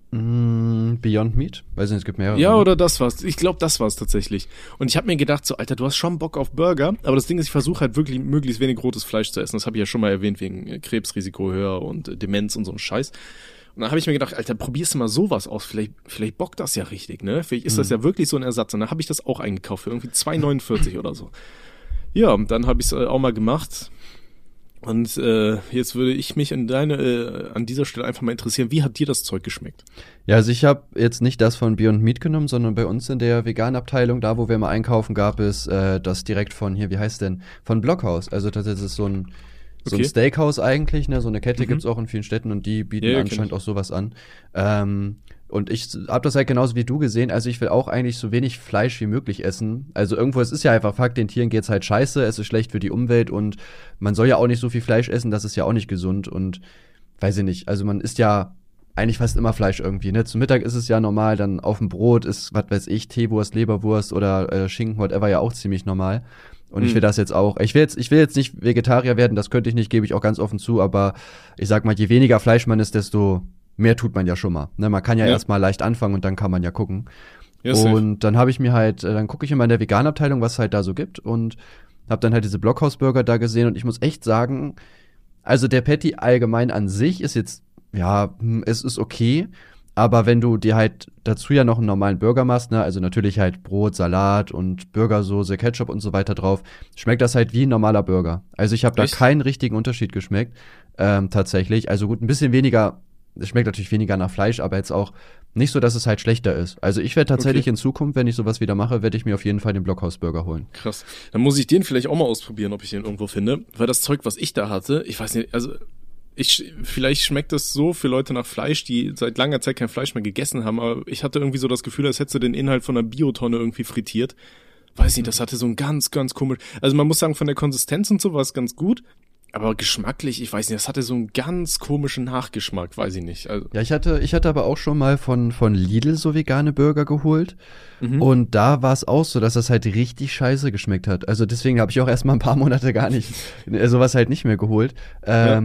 Mm, Beyond Meat? Weiß nicht, es gibt mehrere. Ja, oder das war's. Ich glaube, das war's tatsächlich. Und ich habe mir gedacht, so, Alter, du hast schon Bock auf Burger, aber das Ding ist, ich versuche halt wirklich möglichst wenig rotes Fleisch zu essen. Das habe ich ja schon mal erwähnt, wegen Krebsrisiko höher und äh, Demenz und so ein Scheiß. Und dann habe ich mir gedacht, Alter, probierst du mal sowas aus, vielleicht vielleicht bockt das ja richtig, ne? Vielleicht ist mhm. das ja wirklich so ein Ersatz. Und dann habe ich das auch eingekauft für irgendwie zwei neunundvierzig oder so. Ja, und dann habe ich es äh, auch mal gemacht. Und äh, jetzt würde ich mich an deine äh, an dieser Stelle einfach mal interessieren, wie hat dir das Zeug geschmeckt? Ja, also ich habe jetzt nicht das von Beyond Meat genommen, sondern bei uns in der Vegan-Abteilung, da wo wir mal einkaufen, gab es äh, das direkt von hier, wie heißt denn, von Blockhaus. Also das ist so ein so okay. ein Steakhouse eigentlich, ne, so eine Kette mhm. gibt's auch in vielen Städten und die bieten ja, anscheinend auch sowas an. Ähm, Und ich habe das halt genauso wie du gesehen, also ich will auch eigentlich so wenig Fleisch wie möglich essen. Also irgendwo, es ist ja einfach Fakt, den Tieren geht's halt scheiße, es ist schlecht für die Umwelt und man soll ja auch nicht so viel Fleisch essen, das ist ja auch nicht gesund und weiß ich nicht, also man isst ja eigentlich fast immer Fleisch irgendwie, ne? Zum Mittag ist es ja normal, dann auf dem Brot ist, was weiß ich, Teewurst, Leberwurst oder äh, Schinken, whatever, ja auch ziemlich normal. Und hm. ich will das jetzt auch, ich will jetzt, ich will jetzt nicht Vegetarier werden, das könnte ich nicht, gebe ich auch ganz offen zu, aber ich sag mal, je weniger Fleisch man isst, desto mehr tut man ja schon mal. Ne, man kann ja, ja. erstmal leicht anfangen und dann kann man ja gucken. Ja, und dann habe ich mir halt, dann gucke ich immer in der Veganabteilung, was es halt da so gibt und habe dann halt diese Blockhaus-Burger da gesehen und ich muss echt sagen, also der Patty allgemein an sich ist jetzt, ja, es ist okay, aber wenn du dir halt dazu ja noch einen normalen Burger machst, ne, also natürlich halt Brot, Salat und Burgersoße, Ketchup und so weiter drauf, schmeckt das halt wie ein normaler Burger. Also ich habe da keinen richtigen Unterschied geschmeckt, ähm, tatsächlich. Also gut, ein bisschen weniger. Es schmeckt natürlich weniger nach Fleisch, aber jetzt auch nicht so, dass es halt schlechter ist. Also ich werde tatsächlich okay. in Zukunft, wenn ich sowas wieder mache, werde ich mir auf jeden Fall den Blockhaus-Burger holen. Krass. Dann muss ich den vielleicht auch mal ausprobieren, ob ich den irgendwo finde. Weil das Zeug, was ich da hatte, ich weiß nicht, also ich vielleicht schmeckt das so für Leute nach Fleisch, die seit langer Zeit kein Fleisch mehr gegessen haben, aber ich hatte irgendwie so das Gefühl, als hättest du den Inhalt von einer Biotonne irgendwie frittiert. Weiß nicht, das hatte so ein ganz, ganz komisch. Also man muss sagen, von der Konsistenz und so war es ganz gut. Aber geschmacklich, ich weiß nicht, das hatte so einen ganz komischen Nachgeschmack, weiß ich nicht. Also ja, ich hatte, ich hatte aber auch schon mal von, von Lidl so vegane Burger geholt. Mhm. Und da war es auch so, dass das halt richtig scheiße geschmeckt hat. Also deswegen habe ich auch erstmal ein paar Monate gar nicht, sowas halt nicht mehr geholt. Ähm,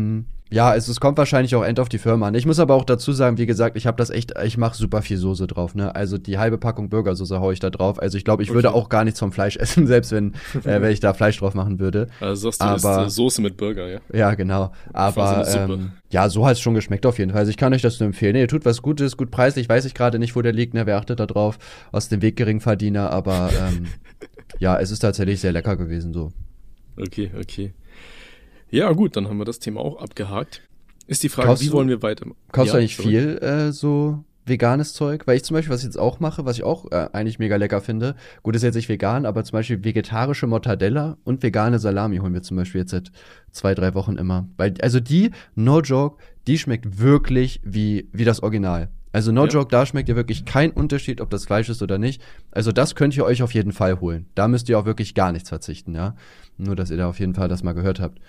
Ja, es, es kommt wahrscheinlich auch end auf die Firma an. Ich muss aber auch dazu sagen, wie gesagt, ich habe das echt, ich mache super viel Soße drauf, ne? Also die halbe Packung Burgersoße hau ich da drauf. Also ich glaube, ich okay. würde auch gar nichts vom Fleisch essen, selbst wenn, äh, wenn ich da Fleisch drauf machen würde. Also sagst du, aber, ist, äh, Soße mit Burger, ja? Ja, genau. Aber ähm, ja, so hat es schon geschmeckt auf jeden Fall. Also ich kann euch das nur empfehlen. Nee, ihr tut was Gutes, gut preislich, weiß ich gerade nicht, wo der liegt, ne? Wer achtet da drauf? Aus dem Weg Geringverdiener, aber ähm, ja, es ist tatsächlich sehr lecker gewesen so. Okay, okay. Ja, gut, dann haben wir das Thema auch abgehakt. Ist die Frage, kaufst wie du, wollen wir weiter? Kaufst ja, du eigentlich sorry. viel äh, so veganes Zeug? Weil ich zum Beispiel, was ich jetzt auch mache, was ich auch äh, eigentlich mega lecker finde, gut, ist jetzt nicht vegan, aber zum Beispiel vegetarische Mortadella und vegane Salami holen wir zum Beispiel jetzt seit zwei, drei Wochen immer. Weil, also die, no joke, die schmeckt wirklich wie, wie das Original. Also no ja. joke, da schmeckt ihr wirklich kein Unterschied, ob das Fleisch ist oder nicht. Also das könnt ihr euch auf jeden Fall holen. Da müsst ihr auch wirklich gar nichts verzichten, ja. Nur, dass ihr da auf jeden Fall das mal gehört habt.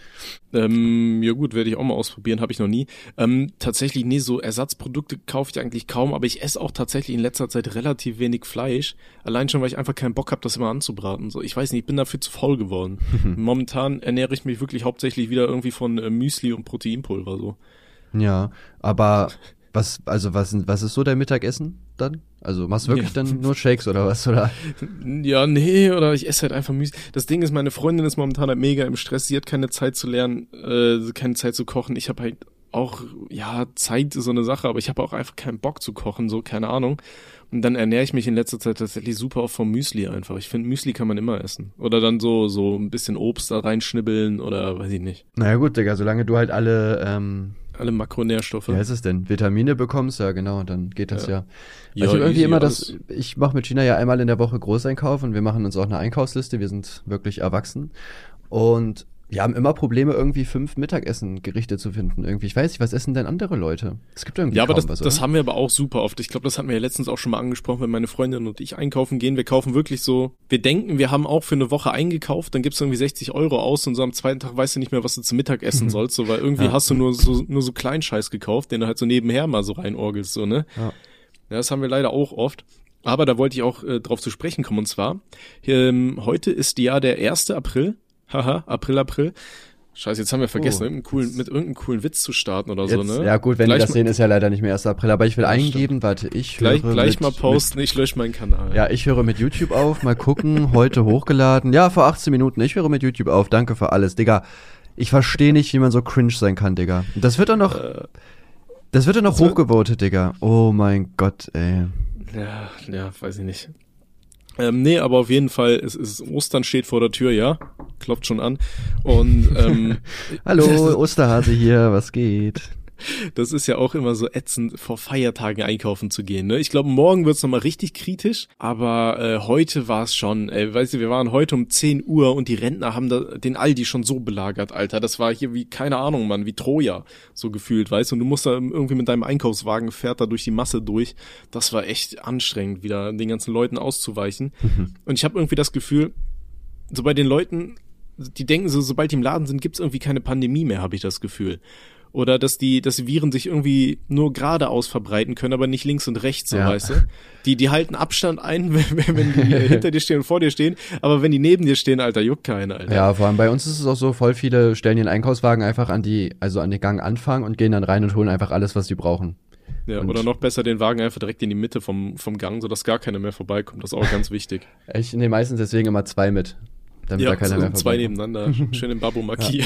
Ähm, ja gut, werde ich auch mal ausprobieren, habe ich noch nie. Ähm, tatsächlich, nee, so Ersatzprodukte kaufe ich eigentlich kaum, aber ich esse auch tatsächlich in letzter Zeit relativ wenig Fleisch. Allein schon, weil ich einfach keinen Bock habe, das immer anzubraten. So, ich weiß nicht, ich bin dafür zu faul geworden. Momentan ernähre ich mich wirklich hauptsächlich wieder irgendwie von äh, Müsli und Proteinpulver so. Ja, aber was, also was, was ist so dein Mittagessen dann? Also machst du wirklich ja. dann nur Shakes oder was, oder? Ja, nee, oder ich esse halt einfach Müsli. Das Ding ist, meine Freundin ist momentan halt mega im Stress. Sie hat keine Zeit zu lernen, äh, keine Zeit zu kochen. Ich habe halt auch, ja, Zeit ist so eine Sache, aber ich habe auch einfach keinen Bock zu kochen, so, keine Ahnung. Und dann ernähre ich mich in letzter Zeit tatsächlich super oft vom Müsli einfach. Ich finde, Müsli kann man immer essen. Oder dann so, so ein bisschen Obst da reinschnibbeln oder weiß ich nicht. Naja gut, Digga, solange du halt alle, ähm alle Makronährstoffe. Wie heißt es denn? Vitamine bekommst, ja genau, dann geht das ja. ja. ja ich habe irgendwie easy, immer alles. das, ich mache mit Gina ja einmal in der Woche Großeinkauf und wir machen uns auch eine Einkaufsliste, wir sind wirklich erwachsen und wir haben immer Probleme, irgendwie fünf Mittagessen-Gerichte zu finden. Irgendwie, ich weiß nicht, was essen denn andere Leute? Es gibt irgendwie Ja, aber kaum das, was, das oder? haben wir aber auch super oft. Ich glaube, das hatten wir ja letztens auch schon mal angesprochen, wenn meine Freundin und ich einkaufen gehen. Wir kaufen wirklich so, wir denken, wir haben auch für eine Woche eingekauft, dann gibst du irgendwie sechzig Euro aus und so am zweiten Tag weißt du nicht mehr, was du zum Mittag essen sollst, so, weil irgendwie ja. hast du nur so, nur so Kleinscheiß gekauft, den du halt so nebenher mal so reinorgelst, so, ne? Ja. Ja, das haben wir leider auch oft. Aber da wollte ich auch äh, drauf zu sprechen kommen, und zwar, ähm, heute ist ja der erste April. Haha, April, April. Scheiße, jetzt haben wir vergessen, oh, irgendeinen coolen, mit irgendeinem coolen Witz zu starten oder jetzt, so, ne? Ja gut, wenn gleich die das sehen, ist ja leider nicht mehr erster April, aber ich will ja, eingeben, stimmt. warte, ich gleich, höre Gleich mit, mal posten, mit, ich lösche meinen Kanal. Ja, ich höre mit YouTube auf, mal gucken, heute hochgeladen, ja, vor achtzehn Minuten, ich höre mit YouTube auf, danke für alles, Digga. Ich verstehe nicht, wie man so cringe sein kann, Digga. Das wird doch noch, äh, das wird doch noch hochgevotet, Digga. Oh mein Gott, ey. Ja, ja, weiß ich nicht. Ähm, nee, aber auf jeden Fall, es ist Ostern steht vor der Tür, ja, klopft schon an. Und ähm, hallo, Osterhase hier, was geht? Das ist ja auch immer so ätzend, vor Feiertagen einkaufen zu gehen, ne? Ich glaube, morgen wird's nochmal richtig kritisch, aber äh, heute war es schon, ey, weißt du, wir waren heute um zehn Uhr und die Rentner haben da den Aldi schon so belagert, Alter. Das war hier wie, keine Ahnung, Mann, wie Troja, so gefühlt, weißt du? Und du musst da irgendwie mit deinem Einkaufswagen, fährt da durch die Masse durch. Das war echt anstrengend, wieder den ganzen Leuten auszuweichen. Mhm. Und ich habe irgendwie das Gefühl, so bei den Leuten, die denken so, sobald die im Laden sind, gibt's irgendwie keine Pandemie mehr, habe ich das Gefühl. Oder dass die, dass die Viren sich irgendwie nur geradeaus verbreiten können, aber nicht links und rechts, so, ja. Weißt du? Die, die halten Abstand ein, wenn, wenn die hinter dir stehen und vor dir stehen, aber wenn die neben dir stehen, Alter, juckt keiner, Alter. Ja, vor allem bei uns ist es auch so, voll viele stellen ihren Einkaufswagen einfach an die, also an den Gang anfangen und gehen dann rein und holen einfach alles, was sie brauchen. Ja, und oder noch besser den Wagen einfach direkt in die Mitte vom, vom Gang, sodass gar keiner mehr vorbeikommt. Das ist auch ganz wichtig. Ich nehme meistens deswegen immer zwei mit. Damit ja, da keiner so mehr zwei nebeneinander. Schön im Babomaki.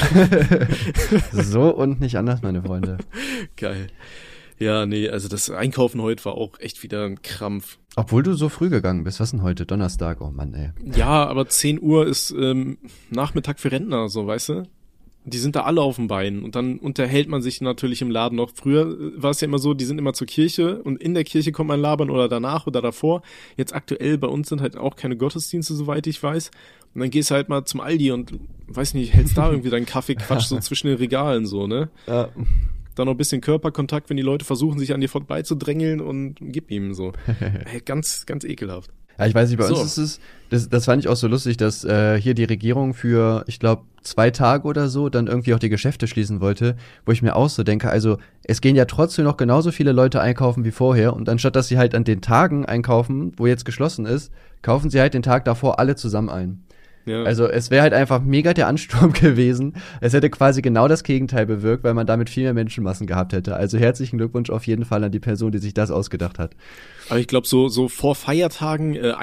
Ja. So und nicht anders, meine Freunde. Geil. Ja, nee, also das Einkaufen heute war auch echt wieder ein Krampf. Obwohl du so früh gegangen bist. Was denn heute? Donnerstag? Oh Mann, ey. Ja, aber zehn Uhr ist ähm, Nachmittag für Rentner, so, weißt du? Die sind da alle auf den Beinen und dann unterhält man sich natürlich im Laden noch. Früher war es ja immer so, die sind immer zur Kirche und in der Kirche kommt man labern oder danach oder davor. Jetzt aktuell bei uns sind halt auch keine Gottesdienste, soweit ich weiß. Und dann gehst du halt mal zum Aldi und, weiß nicht, hältst da irgendwie deinen Kaffee, quatsch so zwischen den Regalen so, ne? Ja. Dann noch ein bisschen Körperkontakt, wenn die Leute versuchen, sich an dir vorbeizudrängeln und gib ihm so. Hey, ganz, ganz ekelhaft. Ja, ich weiß nicht, bei so. uns ist es, das, das fand ich auch so lustig, dass äh, hier die Regierung für, ich glaube, zwei Tage oder so dann irgendwie auch die Geschäfte schließen wollte, wo ich mir auch so denke, also es gehen ja trotzdem noch genauso viele Leute einkaufen wie vorher und anstatt, dass sie halt an den Tagen einkaufen, wo jetzt geschlossen ist, kaufen sie halt den Tag davor alle zusammen ein. Ja. Also es wäre halt einfach mega der Ansturm gewesen. Es hätte quasi genau das Gegenteil bewirkt, weil man damit viel mehr Menschenmassen gehabt hätte. Also herzlichen Glückwunsch auf jeden Fall an die Person, die sich das ausgedacht hat. Aber ich glaube, so so vor Feiertagen äh,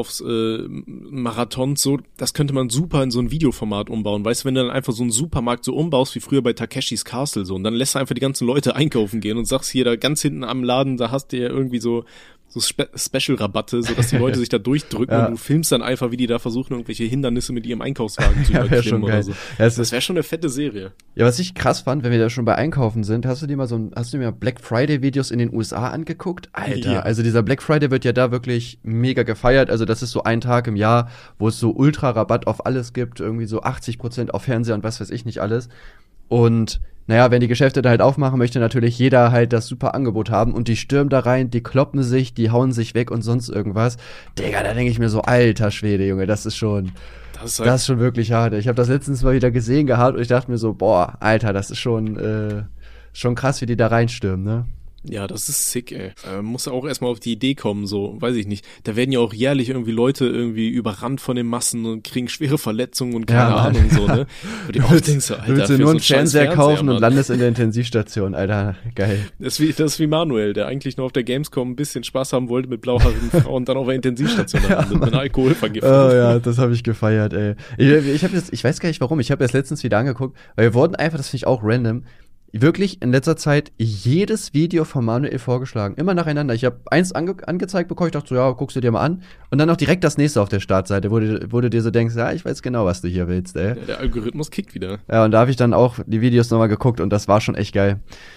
Einkaufsmarathons, äh, so, das könnte man super in so ein Videoformat umbauen. Weißt du, wenn du dann einfach so einen Supermarkt so umbaust, wie früher bei Takeshis Castle, so, und dann lässt du einfach die ganzen Leute einkaufen gehen und sagst hier, da ganz hinten am Laden, da hast du ja irgendwie so so Spe- Special-Rabatte, sodass die Leute sich da durchdrücken Ja. und du filmst dann einfach, wie die da versuchen, irgendwelche Hindernisse mit ihrem Einkaufswagen zu Ja, wär schon überklimmen geil. oder so. Ja, es Das ist- wäre schon eine fette Serie. Ja, was ich krass fand, wenn wir da schon bei Einkaufen sind, hast du dir mal so ein, hast du dir mal Black Friday Videos in den U S A angeguckt? Alter, Ja. also dieser Black Friday wird ja da wirklich mega gefeiert. Also das ist so ein Tag im Jahr, wo es so Ultra-Rabatt auf alles gibt, irgendwie so achtzig Prozent auf Fernseher und was weiß ich nicht alles. Und naja, wenn die Geschäfte da halt aufmachen, möchte natürlich jeder halt das super Angebot haben und die stürmen da rein, die kloppen sich, die hauen sich weg und sonst irgendwas. Digga, da denke ich mir so, alter Schwede, Junge, das ist schon, Das ist halt, das ist schon wirklich hart. Ich habe das letztens mal wieder gesehen gehabt und ich dachte mir so, boah, Alter, das ist schon, äh, schon krass, wie die da reinstürmen, ne? ja, das ist sick, ey. Äh, muss auch erstmal auf die Idee kommen, so, weiß ich nicht. Da werden ja auch jährlich irgendwie Leute irgendwie überrannt von den Massen und kriegen schwere Verletzungen und keine Ja, Mann. Ahnung, so, ne? Und ich auch denkst so, Alter, Willst du für nur so einen einen scheiß Fernseher kaufen Mann. und landest in der Intensivstation, Alter, geil. Das ist, wie, das ist wie Manuel, der eigentlich nur auf der Gamescom ein bisschen Spaß haben wollte mit blauhaarigen Frauen und dann auf der Intensivstation landet, mit Alkohol vergiftet. Oh ja, das habe ich gefeiert, ey. Ich, ich, hab jetzt, ich weiß gar nicht warum, ich habe das letztens wieder angeguckt, weil wir wurden einfach, das finde ich auch random, wirklich in letzter Zeit jedes Video von Manuel vorgeschlagen. Immer nacheinander. Ich habe eins ange angezeigt bekommen, ich dachte so, ja, guckst du dir mal an. Und dann auch direkt das nächste auf der Startseite, wo du, wo du dir so denkst, ja, ich weiß genau, was du hier willst, ey. Ja, der Algorithmus kickt wieder. Ja, und da habe ich dann auch die Videos nochmal geguckt und das war schon echt geil.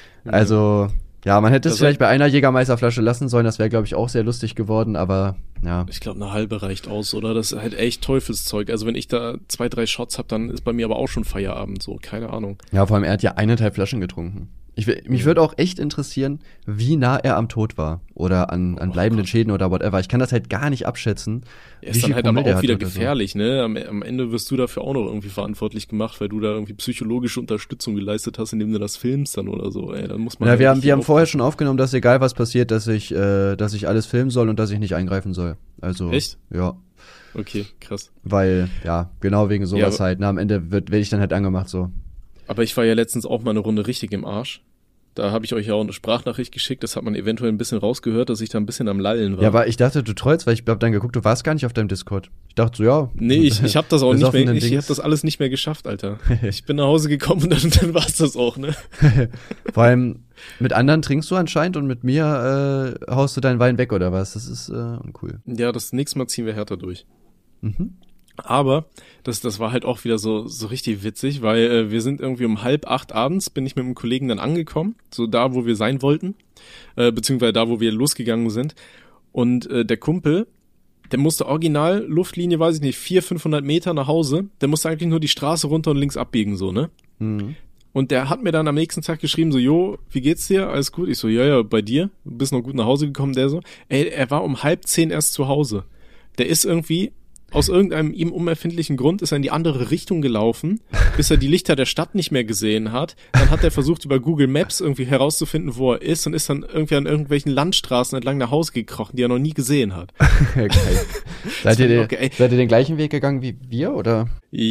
Also, ja, man hätte es Das vielleicht bei einer Jägermeisterflasche lassen sollen, das wäre, glaube ich, auch sehr lustig geworden, aber ja. Ich glaube, eine halbe reicht aus, oder? Das ist halt echt Teufelszeug. Also wenn ich da zwei, drei Shots hab, dann ist bei mir aber auch schon Feierabend, so, keine Ahnung. Ja, vor allem, er hat ja eineinhalb Flaschen getrunken. Ich, will- mich würde auch echt interessieren, wie nah er am Tod war. Oder an, an Oh bleibenden Gott. Schäden oder whatever. Ich kann das halt gar nicht abschätzen. Er wie ist dann viel halt aber Promille der auch wieder hat oder so. gefährlich, ne? Am, am Ende wirst du dafür auch noch irgendwie verantwortlich gemacht, weil du da irgendwie psychologische Unterstützung geleistet hast, indem du das filmst dann oder so. Ey, dann muss man Ja, halt wir haben, richtig wir haben vorher aufpassen. schon aufgenommen, dass egal was passiert, dass ich, äh, dass ich alles filmen soll und dass ich nicht eingreifen soll. Also. Echt? Ja. Okay, krass. Weil, ja, genau wegen sowas aber- halt. Na, am Ende wird, werde ich dann halt angemacht so. Aber ich war ja letztens auch mal eine Runde richtig im Arsch. Da habe ich euch ja auch eine Sprachnachricht geschickt, das hat man eventuell ein bisschen rausgehört, dass ich da ein bisschen am Lallen war. Ja, aber ich dachte, du trollst, weil ich hab dann geguckt, du warst gar nicht auf deinem Discord. Ich dachte so, ja. Nee, ich, ich habe das auch nicht mehr, besoffenen ich habe Dings. das alles nicht mehr geschafft, Alter. Ich bin nach Hause gekommen und dann, dann war's das auch, ne? Vor allem, mit anderen trinkst du anscheinend und mit mir äh, haust du deinen Wein weg oder was? Das ist äh, uncool. Ja, das nächste Mal ziehen wir härter durch. Mhm. Aber das, das war halt auch wieder so, so richtig witzig, weil äh, wir sind irgendwie um halb acht abends, bin ich mit einem Kollegen dann angekommen, so da, wo wir sein wollten, äh, beziehungsweise da, wo wir losgegangen sind. Und äh, der Kumpel, der musste original, Luftlinie, weiß ich nicht, vierhundert, fünfhundert Meter nach Hause, der musste eigentlich nur die Straße runter und links abbiegen, so, ne? Mhm. Und der hat mir dann am nächsten Tag geschrieben, so, jo, wie geht's dir? Alles gut? Ich so, ja, ja, bei dir? Du bist noch gut nach Hause gekommen, der so. Ey, er war um halb zehn erst zu Hause. Der ist irgendwie, aus irgendeinem ihm unerfindlichen Grund ist er in die andere Richtung gelaufen, bis er die Lichter der Stadt nicht mehr gesehen hat. Dann hat er versucht, über Google Maps irgendwie herauszufinden, wo er ist und ist dann irgendwie an irgendwelchen Landstraßen entlang nach Hause gekrochen, die er noch nie gesehen hat. Geil. seid, ihr den, Okay, ey. seid ihr den gleichen Weg gegangen wie wir, oder?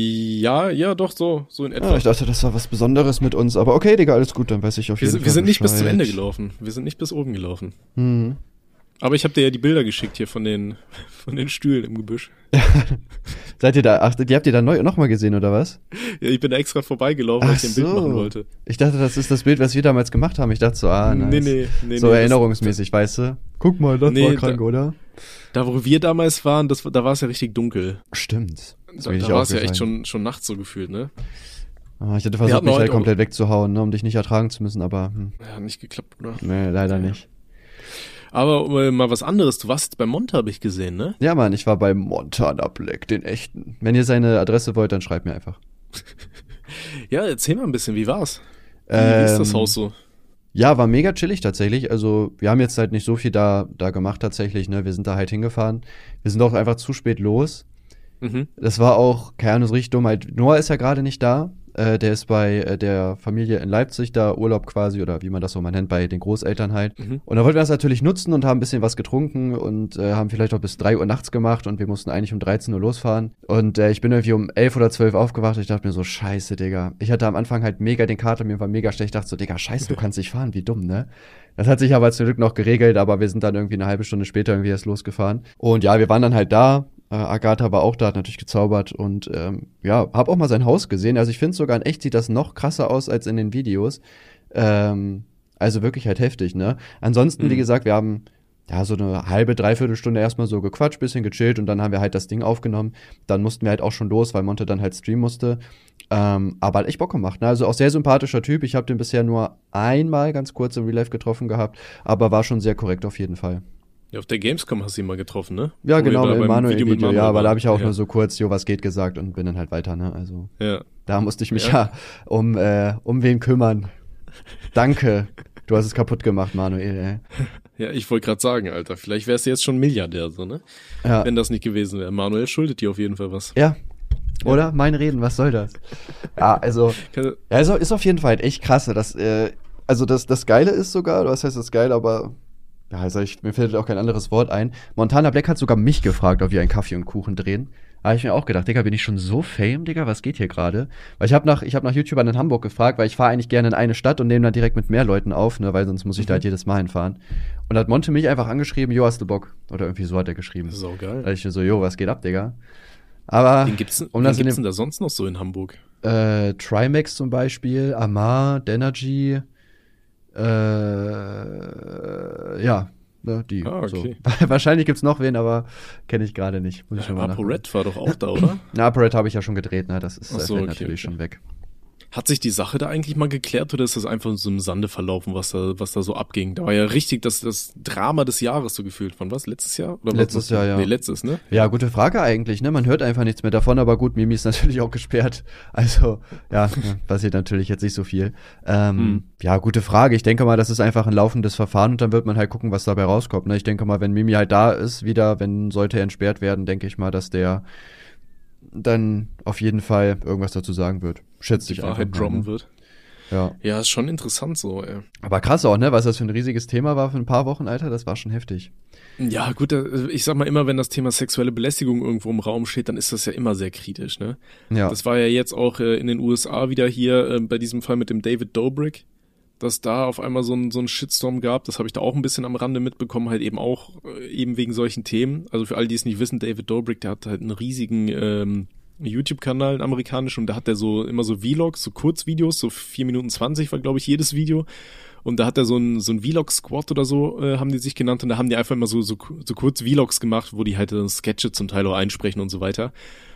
Ja, ja, doch, so, so in etwa. Ja, ich dachte, das war was Besonderes mit uns. Aber okay, Digga, alles gut, dann weiß ich auf wir jeden sind, Fall wir sind nicht bis zum Bescheid. Ende gelaufen. Wir sind nicht bis oben gelaufen. Mhm. Aber ich habe dir ja die Bilder geschickt hier von den, von den Stühlen im Gebüsch. Seid ihr da, ach, die habt ihr da neu, noch mal gesehen, oder was? Ja, ich bin da extra vorbeigelaufen, weil ich ein Bild machen wollte. Ich dachte, das ist das Bild, was wir damals gemacht haben. Ich dachte so, ah, nice. Nee, nee, nee. so nee, erinnerungsmäßig, weißt du? Guck mal, das Nee, war da- krank, oder? Das, da, wo wir damals waren, das, da war es ja richtig dunkel. Stimmt. Das Da, bin da ich war es ja aufgefallen. echt schon, schon nachts so gefühlt, ne? Ah, ich hatte Wir versucht, hatten mich heute halt auch- komplett wegzuhauen, ne, um dich nicht ertragen zu müssen, aber hm, Ja, nicht geklappt, Bruder. nee, leider nicht. Aber äh, mal was anderes. Du warst jetzt bei Monte, habe ich gesehen, ne? Ja, Mann, ich war bei Montana Black, den echten. Wenn ihr seine Adresse wollt, dann schreibt mir einfach. Ja, erzähl mal ein bisschen, wie war's? Wie, wie ist das Ähm, Haus so? Ja, war mega chillig tatsächlich. Also, wir haben jetzt halt nicht so viel da, da gemacht tatsächlich, ne. Wir sind da halt hingefahren. Wir sind auch einfach zu spät los. Mhm. Das war auch, keine Ahnung, so richtig dumm. Halt, Noah ist ja gerade nicht da. Äh, der ist bei äh, der Familie in Leipzig da, Urlaub quasi, oder wie man das so mal nennt, bei den Großeltern halt. Mhm. Und da wollten wir das natürlich nutzen und haben ein bisschen was getrunken und äh, haben vielleicht auch bis drei Uhr nachts gemacht und wir mussten eigentlich um dreizehn Uhr losfahren. Und äh, ich bin irgendwie um elf oder zwölf aufgewacht und ich dachte mir so, scheiße, Digga. Ich hatte am Anfang halt mega den Kater, mir war mega schlecht. Ich dachte so, Digga, scheiße, du kannst nicht fahren, wie dumm, ne? Das hat sich aber zum Glück noch geregelt, aber wir sind dann irgendwie eine halbe Stunde später irgendwie erst losgefahren. Und ja, wir waren dann halt da. Äh, Agatha war auch da, hat natürlich gezaubert und ähm, ja, hab auch mal sein Haus gesehen. Also ich finde sogar in echt sieht das noch krasser aus als in den Videos. Ähm, also wirklich halt heftig, ne? Ansonsten, mhm. wie gesagt, wir haben ja so eine halbe, dreiviertel Stunde erstmal so gequatscht, bisschen gechillt und dann haben wir halt das Ding aufgenommen. Dann mussten wir halt auch schon los, weil Monte dann halt streamen musste. Ähm, aber hat echt Bock gemacht, ne? Also auch sehr sympathischer Typ. Ich habe den bisher nur einmal ganz kurz im Real Life getroffen gehabt, aber war schon sehr korrekt auf jeden Fall. Ja, auf der Gamescom hast du ihn mal getroffen, ne? Ja, Wo genau, im Manuel-Video, Video, ja, aber da habe ich auch ja. nur so kurz, jo, was geht gesagt und bin dann halt weiter, ne? Also, ja. da musste ich mich ja, ja um, äh, um wen kümmern. Danke, du hast es kaputt gemacht, Manuel, ey. Ja, ich wollte gerade sagen, Alter, vielleicht wärst du jetzt schon Milliardär, so, ne? Ja. Wenn das nicht gewesen wäre. Manuel schuldet dir auf jeden Fall was. Ja. Oder? Mein Reden, was soll das? Ja, also, ja, also ist auf jeden Fall echt krass, dass, äh, also das, das Geile ist sogar, was heißt das Geile, aber ja, also ich, mir fällt auch kein anderes Wort ein. Montana Black hat sogar mich gefragt, ob wir einen Kaffee und Kuchen drehen. Da habe ich mir auch gedacht, Digga, bin ich schon so fame, Digga, was geht hier gerade? Weil ich habe nach, ich hab nach YouTubern in Hamburg gefragt, weil ich fahre eigentlich gerne in eine Stadt und nehme dann direkt mit mehr Leuten auf, ne, weil sonst muss ich mhm. da halt jedes Mal hinfahren. Und da hat Monte mich einfach angeschrieben, jo, hast du Bock? Oder irgendwie so hat er geschrieben. Das ist auch geil. Da ich so, jo, was geht ab, Digga? Aber wen gibt's, um wen das gibt's in dem, denn da sonst noch so in Hamburg? Äh, Trimax zum Beispiel, Amar, Denergy, äh, ja, ne, die. Ah, okay. So. Wahrscheinlich gibt's noch wen, aber kenne ich gerade nicht. Muss ich schon mal ApoRed war doch auch da, oder? Na, ApoRed habe ich ja schon gedreht, ne, das ist so, das okay, natürlich okay. schon weg. Hat sich die Sache da eigentlich mal geklärt oder ist das einfach so im Sande verlaufen, was da, was da so abging? Da war ja richtig das, das Drama des Jahres so gefühlt. Von was? Letztes Jahr? Oder letztes was? Jahr, ja. Nee, letztes, ne? Ja, gute Frage eigentlich, ne? Man hört einfach nichts mehr davon, aber gut, Mimi ist natürlich auch gesperrt. Also, ja, passiert natürlich jetzt nicht so viel. Ähm, hm. Ja, gute Frage. Ich denke mal, das ist einfach ein laufendes Verfahren und dann wird man halt gucken, was dabei rauskommt. Ne? Ich denke mal, wenn Mimi halt da ist, wieder, wenn sollte er entsperrt werden, denke ich mal, dass der dann auf jeden Fall irgendwas dazu sagen wird. Schätze ich einfach. Die Wahrheit droppen wird. Ja. Ja, ist schon interessant so, ey. Aber krass auch, ne? Was das für ein riesiges Thema war für ein paar Wochen, Alter, das war schon heftig. Ja, gut, ich sag mal immer, wenn das Thema sexuelle Belästigung irgendwo im Raum steht, dann ist das ja immer sehr kritisch, ne? Ja. Das war ja jetzt auch äh, in den U S A wieder hier äh, bei diesem Fall mit dem David Dobrik, dass da auf einmal so ein, so ein Shitstorm gab. Das habe ich da auch ein bisschen am Rande mitbekommen, halt eben auch äh, eben wegen solchen Themen. Also für alle, die es nicht wissen, David Dobrik, der hat halt einen riesigen ähm, YouTube-Kanal, einen amerikanischen, und da hat er so immer so Vlogs, so Kurzvideos, so vier Minuten zwanzig war, glaube ich, jedes Video. Und da hat er so ein, so ein Vlog-Squad oder so, äh, haben die sich genannt, und da haben die einfach immer so, so, so kurz Vlogs gemacht, wo die halt äh, Sketche zum Teil auch einsprechen und so weiter.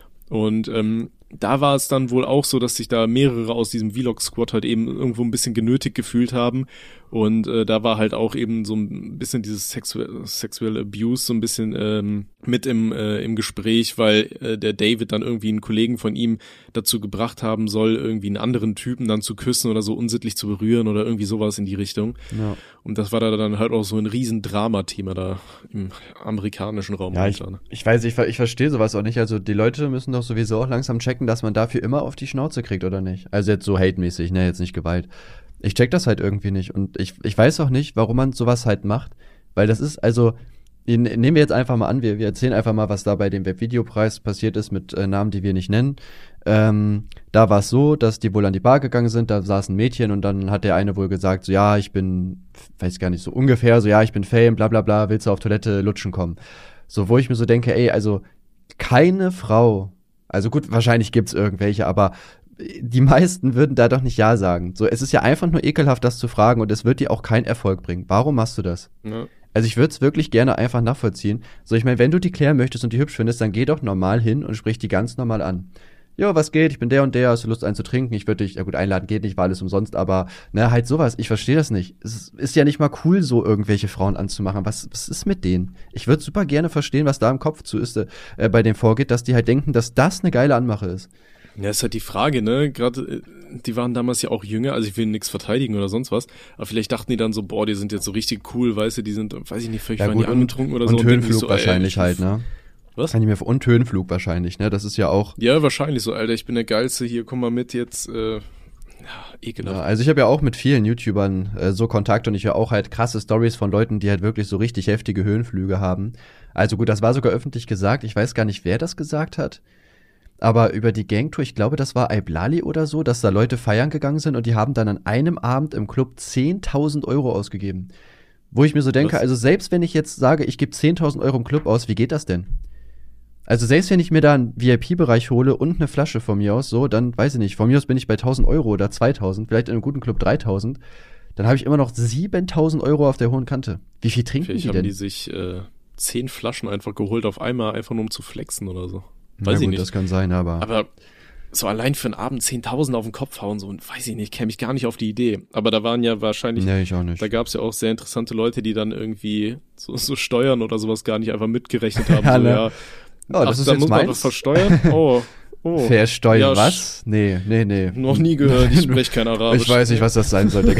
Und ähm, da war es dann wohl auch so, dass sich da mehrere aus diesem Vlog-Squad halt eben irgendwo ein bisschen genötigt gefühlt haben. Und äh, da war halt auch eben so ein bisschen dieses sexuelle Sexual Abuse so ein bisschen ähm, mit im äh, im Gespräch, weil äh, der David dann irgendwie einen Kollegen von ihm dazu gebracht haben soll, irgendwie einen anderen Typen dann zu küssen oder so unsittlich zu berühren oder irgendwie sowas in die Richtung. Ja. Und das war da dann halt auch so ein riesen Dramathema da im amerikanischen Raum. Ja, ich, ich weiß, ich, ich verstehe sowas auch nicht. Also die Leute müssen doch sowieso auch langsam checken, dass man dafür immer auf die Schnauze kriegt, oder nicht? Also jetzt so hate-mäßig, ne, jetzt nicht Gewalt. Ich check das halt irgendwie nicht und ich, ich weiß auch nicht, warum man sowas halt macht, weil das ist, also, nehmen wir jetzt einfach mal an, wir, wir erzählen einfach mal, was da bei dem Webvideopreis passiert ist mit äh, Namen, die wir nicht nennen. Ähm, da war es so, dass die wohl an die Bar gegangen sind, da saß ein Mädchen und dann hat der eine wohl gesagt, so ja, ich bin, weiß gar nicht, so ungefähr, so ja, ich bin Fame, bla bla bla, willst du auf Toilette lutschen kommen? So, wo ich mir so denke, ey, also keine Frau, also gut, wahrscheinlich gibt's irgendwelche, aber die meisten würden da doch nicht Ja sagen. So, es ist ja einfach nur ekelhaft, das zu fragen und es wird dir auch keinen Erfolg bringen. Warum machst du das? Ja. Also ich würde es wirklich gerne einfach nachvollziehen. So, ich meine, wenn du die klären möchtest und die hübsch findest, dann geh doch normal hin und sprich die ganz normal an. Jo, was geht? Ich bin der und der, hast du Lust, einen zu trinken? Ich würde dich, ja gut, einladen geht nicht, war alles umsonst, aber, ne, halt sowas, ich verstehe das nicht. Es ist ja nicht mal cool, so irgendwelche Frauen anzumachen. Was, was ist mit denen? Ich würde super gerne verstehen, was da im Kopf zu ist, äh, bei denen vorgeht, dass die halt denken, dass das eine geile Anmache ist. Ja, ist halt die Frage, ne, gerade, die waren damals ja auch jünger, also ich will nichts verteidigen oder sonst was, aber vielleicht dachten die dann so, boah, die sind jetzt so richtig cool, weißt du, die sind, weiß ich nicht, vielleicht ja, waren gut, die angetrunken oder und so. Und Höhenflug so, wahrscheinlich ey, halt, ne. Was? Kann ich mir vor- und Höhenflug wahrscheinlich, ne? Das ist ja auch. Ja, wahrscheinlich so, Alter, ich bin der Geilste, hier, komm mal mit jetzt, äh, ja, ekelhaft. Ja, also ich habe ja auch mit vielen YouTubern äh, so Kontakt und ich höre auch halt krasse Stories von Leuten, die halt wirklich so richtig heftige Höhenflüge haben. Also gut, das war sogar öffentlich gesagt, ich weiß gar nicht, wer das gesagt hat, aber über die Gangtour, ich glaube, das war Iblali oder so, dass da Leute feiern gegangen sind und die haben dann an einem Abend im Club zehntausend Euro ausgegeben. Wo ich mir so denke, Was? also selbst wenn ich jetzt sage, ich gebe zehntausend Euro im Club aus, wie geht das denn? Also selbst wenn ich mir da einen V I P-Bereich hole und eine Flasche von mir aus, so, dann weiß ich nicht, von mir aus bin ich bei tausend Euro oder zweitausend, vielleicht in einem guten Club dreitausend, dann habe ich immer noch siebentausend Euro auf der hohen Kante. Wie viel trinken Vielleicht die haben denn? die sich äh, zehn Flaschen einfach geholt auf einmal, einfach nur um zu flexen oder so. Na Weiß ich gut, nicht. das kann sein, aber, Aber so allein für einen Abend zehntausend auf den Kopf hauen, so, weiß ich nicht, käme ich gar nicht auf die Idee. Aber da waren ja wahrscheinlich, nee, ich auch nicht. da gab es ja auch sehr interessante Leute, die dann irgendwie so, so Steuern oder sowas gar nicht einfach mitgerechnet haben. Ja, so, ne? ja, Oh, das ach, ist da jetzt muss man meins? was versteuern? Oh, oh. Versteuern, Ja, was? Nee, nee, nee. Noch nie gehört, ich spreche kein Arabisch. Ich weiß nicht, was das sein sollte.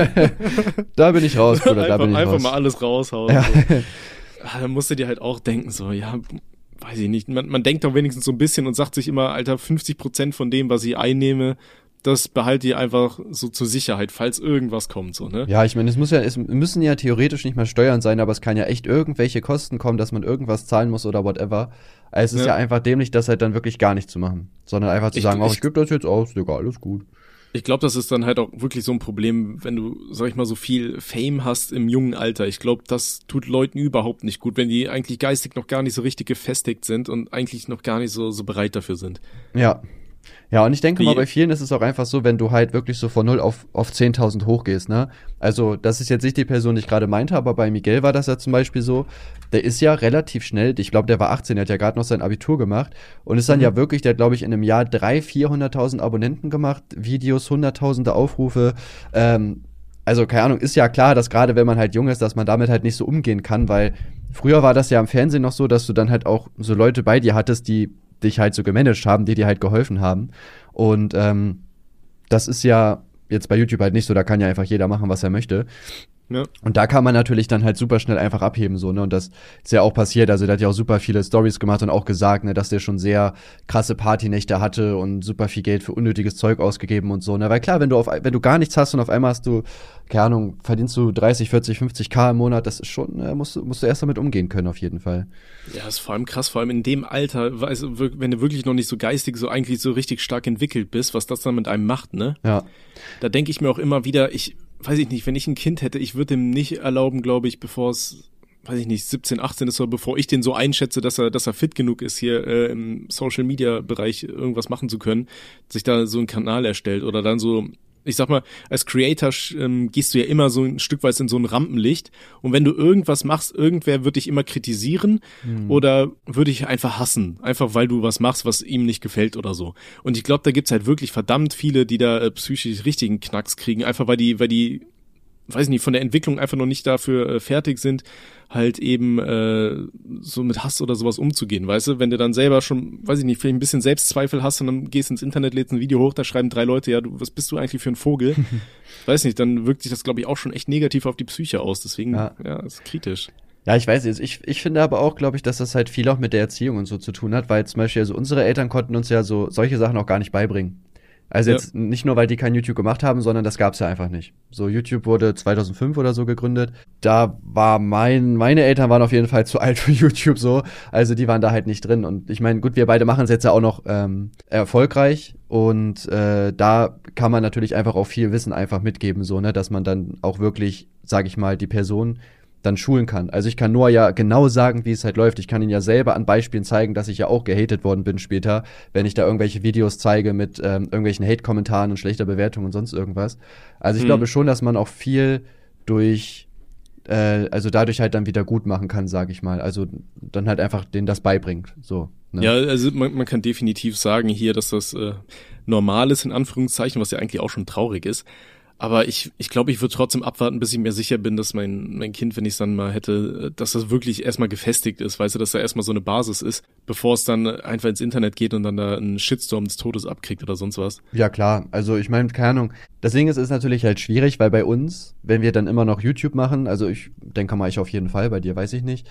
Da bin ich raus, Bruder, da einfach bin ich einfach raus. mal alles raushauen. Ja. So. Ah, da musst du dir halt auch denken, so, ja, weiß ich nicht, man, man denkt doch wenigstens so ein bisschen und sagt sich immer, Alter, fünfzig Prozent von dem, was ich einnehme, das behalte ich einfach so zur Sicherheit, falls irgendwas kommt, so, ne? Ja, ich meine, es muss ja, es müssen ja theoretisch nicht mal Steuern sein, aber es kann ja echt irgendwelche Kosten kommen, dass man irgendwas zahlen muss oder whatever. Also es ist ja. Ja. einfach dämlich, das halt dann wirklich gar nicht zu machen, sondern einfach zu Ich- sagen, oh, ich- ich gebe das jetzt aus, Digga, alles gut. Ich glaube, das ist dann halt auch wirklich so ein Problem, wenn du, sag ich mal, so viel Fame hast im jungen Alter. Ich glaube, das tut Leuten überhaupt nicht gut, wenn die eigentlich geistig noch gar nicht so richtig gefestigt sind und eigentlich noch gar nicht so, so bereit dafür sind. Ja. Ja, und ich denke Wie- mal, bei vielen ist es auch einfach so, wenn du halt wirklich so von null auf, auf zehntausend hochgehst, ne? Also, das ist jetzt nicht die Person, die ich gerade meinte, aber bei Miguel war das ja zum Beispiel so. Der ist ja relativ schnell, ich glaube, der war achtzehn, der hat ja gerade noch sein Abitur gemacht und ist dann Mhm. ja wirklich, der hat, glaube ich, in einem Jahr dreihunderttausend, vierhunderttausend Abonnenten gemacht, Videos, hunderttausende Aufrufe, ähm, also, keine Ahnung, ist ja klar, dass gerade wenn man halt jung ist, dass man damit halt nicht so umgehen kann, weil früher war das ja im Fernsehen noch so, dass du dann halt auch so Leute bei dir hattest, die dich halt so gemanagt haben, die dir halt geholfen haben. Und ähm, das ist ja jetzt bei YouTube halt nicht so, da kann ja einfach jeder machen, was er möchte. Ja. Und da kann man natürlich dann halt super schnell einfach abheben, so, ne? Und das ist ja auch passiert. Also, der hat ja auch super viele Stories gemacht und auch gesagt, ne, dass der schon sehr krasse Partynächte hatte und super viel Geld für unnötiges Zeug ausgegeben und so, ne? Weil klar, wenn du auf, wenn du gar nichts hast und auf einmal hast du, keine Ahnung, verdienst du dreißig, vierzig, fünfzig K im Monat, das ist schon, äh, musst, du- musst du erst damit umgehen können, auf jeden Fall. Ja, ist vor allem krass, vor allem in dem Alter, weißt du, wir- wenn du wirklich noch nicht so geistig, so eigentlich so richtig stark entwickelt bist, was das dann mit einem macht, ne? Ja. Da denke ich mir auch immer wieder, ich weiß ich nicht, wenn ich ein Kind hätte, ich würde ihm nicht erlauben, glaube ich, bevor es, weiß ich nicht, siebzehn, achtzehn ist oder bevor ich den so einschätze, dass er, dass er fit genug ist, hier äh, im Social Media Bereich irgendwas machen zu können, sich da so einen Kanal erstellt oder dann so, ich sag mal, als Creator ähm, gehst du ja immer so ein Stück weit in so ein Rampenlicht und wenn du irgendwas machst, irgendwer wird dich immer kritisieren oder würde dich einfach hassen, einfach weil du was machst, was ihm nicht gefällt oder so. Und ich glaube, da gibt's halt wirklich verdammt viele, die da äh, psychisch richtigen Knacks kriegen, einfach weil die, weil die, weiß nicht, von der Entwicklung einfach noch nicht dafür äh, fertig sind, halt eben äh, so mit Hass oder sowas umzugehen, weißt du? Wenn du dann selber schon, weiß ich nicht, vielleicht ein bisschen Selbstzweifel hast und dann gehst ins Internet, lädst ein Video hoch, da schreiben drei Leute, ja, du, was bist du eigentlich für ein Vogel? Weiß nicht, dann wirkt sich das, glaube ich, auch schon echt negativ auf die Psyche aus, deswegen, Ja. ja, ist kritisch. Ja, ich weiß jetzt, ich, ich finde aber auch, glaube ich, dass das halt viel auch mit der Erziehung und so zu tun hat, weil zum Beispiel, also unsere Eltern konnten uns ja so solche Sachen auch gar nicht beibringen. Also Ja. jetzt nicht nur, weil die kein YouTube gemacht haben, sondern das gab's ja einfach nicht. So, YouTube wurde zweitausendfünf oder so gegründet. Da war mein, meine Eltern waren auf jeden Fall zu alt für YouTube so. Also die waren da halt nicht drin. Und ich meine, gut, wir beide machen es jetzt ja auch noch ähm, erfolgreich. Und äh, da kann man natürlich einfach auch viel Wissen einfach mitgeben, so, ne, dass man dann auch wirklich, sag ich mal, die Person dann schulen kann. Also ich kann Noah ja genau sagen, wie es halt läuft. Ich kann ihn ja selber an Beispielen zeigen, dass ich ja auch gehatet worden bin später, wenn ich da irgendwelche Videos zeige mit ähm, irgendwelchen Hate-Kommentaren und schlechter Bewertung und sonst irgendwas. Also ich Hm. glaube schon, dass man auch viel durch, äh, also dadurch halt dann wieder gut machen kann, sag ich mal. Also dann halt einfach denen das beibringt. So. Ne? Ja, also man, man kann definitiv sagen hier, dass das äh, normal ist, in Anführungszeichen, was ja eigentlich auch schon traurig ist. Aber ich ich glaube, ich würde trotzdem abwarten, bis ich mir sicher bin, dass mein mein Kind, wenn ich es dann mal hätte, dass das wirklich erstmal gefestigt ist, weißt du, dass da erstmal so eine Basis ist, bevor es dann einfach ins Internet geht und dann da einen Shitstorm des Todes abkriegt oder sonst was. Ja, klar. Also ich meine, keine Ahnung. Das Ding ist, ist natürlich halt schwierig, weil bei uns, wenn wir dann immer noch YouTube machen, also ich denke mal, ich auf jeden Fall, bei dir weiß ich nicht,